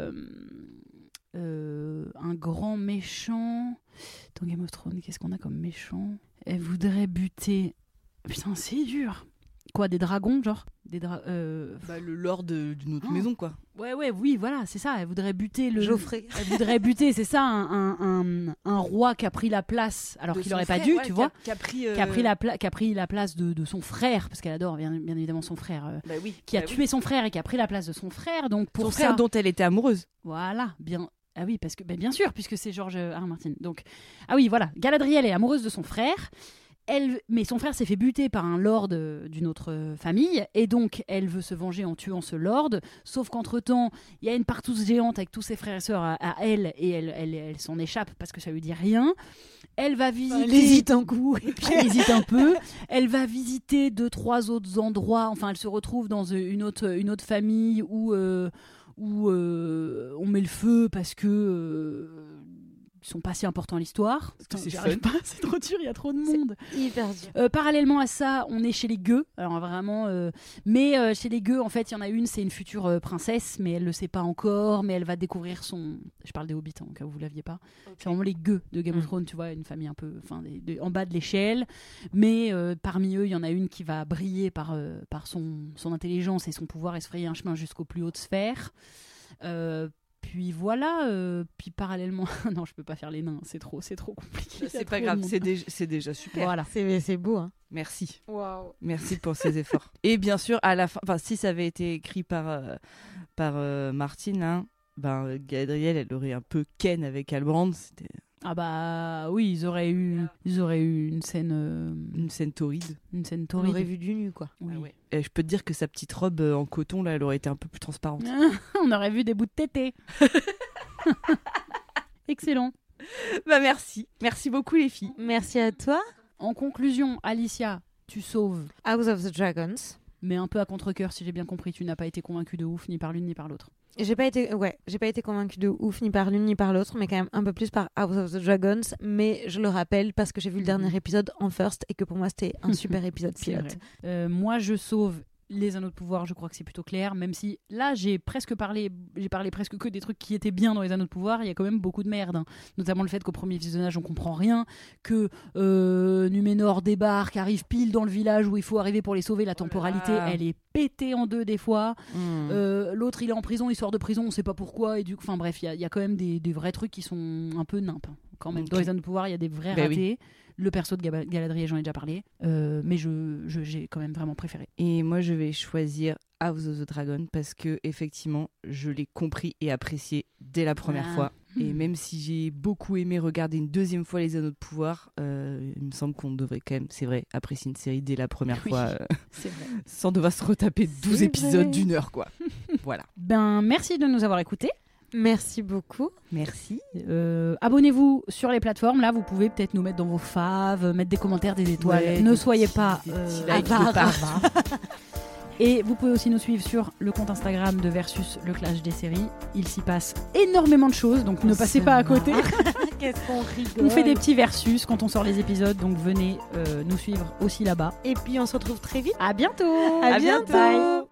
un grand méchant. Dans Game of Thrones, qu'est-ce qu'on a comme méchant? Elle voudrait buter... Putain, c'est dur. Quoi, des dragons, genre Bah, le lord d'une autre Oh. maison, quoi. Ouais, oui, voilà, c'est ça. Elle voudrait buter le... Geoffrey. Elle voudrait buter, c'est ça, un roi qui a pris la place, alors De qu'il son n'aurait pas frère, dû, ouais, tu vois. Qui a pris, Qui a pris la place de son frère, parce qu'elle adore bien évidemment son frère, Bah oui. qui a Bah tué son frère et qui a pris la place de son frère. Donc oui. pour Son ça, frère dont elle était amoureuse. voilà, bien. Ah oui, parce que bien sûr, puisque c'est George R. Martin. Donc ah oui, voilà, Galadriel est amoureuse de son frère. Mais son frère s'est fait buter par un lord d'une autre famille, et donc elle veut se venger en tuant ce lord, sauf qu'entre-temps, il y a une partouze géante avec tous ses frères et sœurs à elle, et elle s'en échappe parce que ça lui dit rien. Elle va visiter... Elle hésite un coup. Et puis... Elle hésite un peu. Elle va visiter 2-3 autres endroits. Enfin, elle se retrouve dans une autre famille où on met le feu parce que... ils sont pas si importants à l'histoire. Parce que c'est J'arrive fun. pas, c'est trop dur, il y a trop de monde. Hyper dur. Parallèlement à ça, on est chez les gueux. Alors vraiment, mais chez les gueux, en fait, il y en a une, c'est une future princesse, mais elle le sait pas encore, mais elle va découvrir son... Je parle des hobbits, hein, au cas où vous l'aviez pas. C'est vraiment les gueux de Game of Thrones, tu vois, une famille un peu, enfin, en bas de l'échelle. Mais parmi eux, il y en a une qui va briller par son intelligence et son pouvoir et se frayer un chemin jusqu'aux plus hautes sphères. Puis voilà, puis parallèlement... non, je peux pas faire les nains, c'est trop compliqué. Il y a C'est pas trop de grave, monde. c'est déjà super. Voilà. C'est beau, hein. Merci. Waouh. Merci pour ces efforts. Et bien sûr, à la fin, enfin, si ça avait été écrit par Martin, hein, ben, Galadriel, elle aurait un peu ken avec Halbrand. Ah bah oui, ils auraient eu une scène Une scène torride. une scène On torride. aurait vu du nu, quoi. Oui. Et je peux te dire que sa petite robe en coton, là, elle aurait été un peu plus transparente. On aurait vu des bouts de tété. Excellent. Bah merci. Merci beaucoup les filles. Merci à toi. En conclusion, Alicia, tu sauves, House of the Dragons. mais un peu à contre-cœur, si j'ai bien compris. Tu n'as pas été convaincue de ouf, ni par l'une ni par l'autre. J'ai pas été convaincue de ouf ni par l'une ni par l'autre, mais quand même un peu plus par House of the Dragons. Mais je le rappelle parce que j'ai vu le dernier épisode en first et que pour moi c'était un super épisode C'est pilote. vrai. Moi, je sauve les Anneaux de Pouvoir, je crois que c'est plutôt clair, même si là, j'ai parlé presque que des trucs qui étaient bien dans les Anneaux de Pouvoir, il y a quand même beaucoup de merde, hein. Notamment le fait qu'au premier visionnage, on comprend rien, que Numénor débarque, arrive pile dans le village où il faut arriver pour les sauver, la temporalité, elle est pétée en deux des fois. L'autre, il est en prison, il sort de prison, on sait pas pourquoi, et du coup, enfin bref, il y a quand même des vrais trucs qui sont un peu nimpes, hein, quand même. Ok. Dans les Anneaux de Pouvoir, il y a des vrais Ben ratés. Le perso de Galadriel, j'en ai déjà parlé, mais j'ai quand même vraiment préféré. Et moi, je vais choisir House of the Dragon parce que effectivement, je l'ai compris et apprécié dès la première fois. Et même si j'ai beaucoup aimé regarder une deuxième fois les Anneaux de Pouvoir, il me semble qu'on devrait quand même, c'est vrai, apprécier une série dès la première Oui, fois, c'est vrai. sans devoir se retaper 12 C'est épisodes vrai. d'1 heure, quoi. Voilà. Ben, merci de nous avoir écoutés. Merci beaucoup. Merci. Abonnez-vous sur les plateformes. Là, vous pouvez peut-être nous mettre dans vos faves, mettre des commentaires, des étoiles. Ouais, ne des soyez petits- pas des petits likes de avares. Et vous pouvez aussi nous suivre sur le compte Instagram de Versus le Clash des séries. Il s'y passe énormément de choses, donc ne passez pas à côté. Qu'est-ce qu'on rigole. On fait des petits versus quand on sort les épisodes, donc venez nous suivre aussi là-bas. Et puis on se retrouve très vite. À bientôt. À bientôt.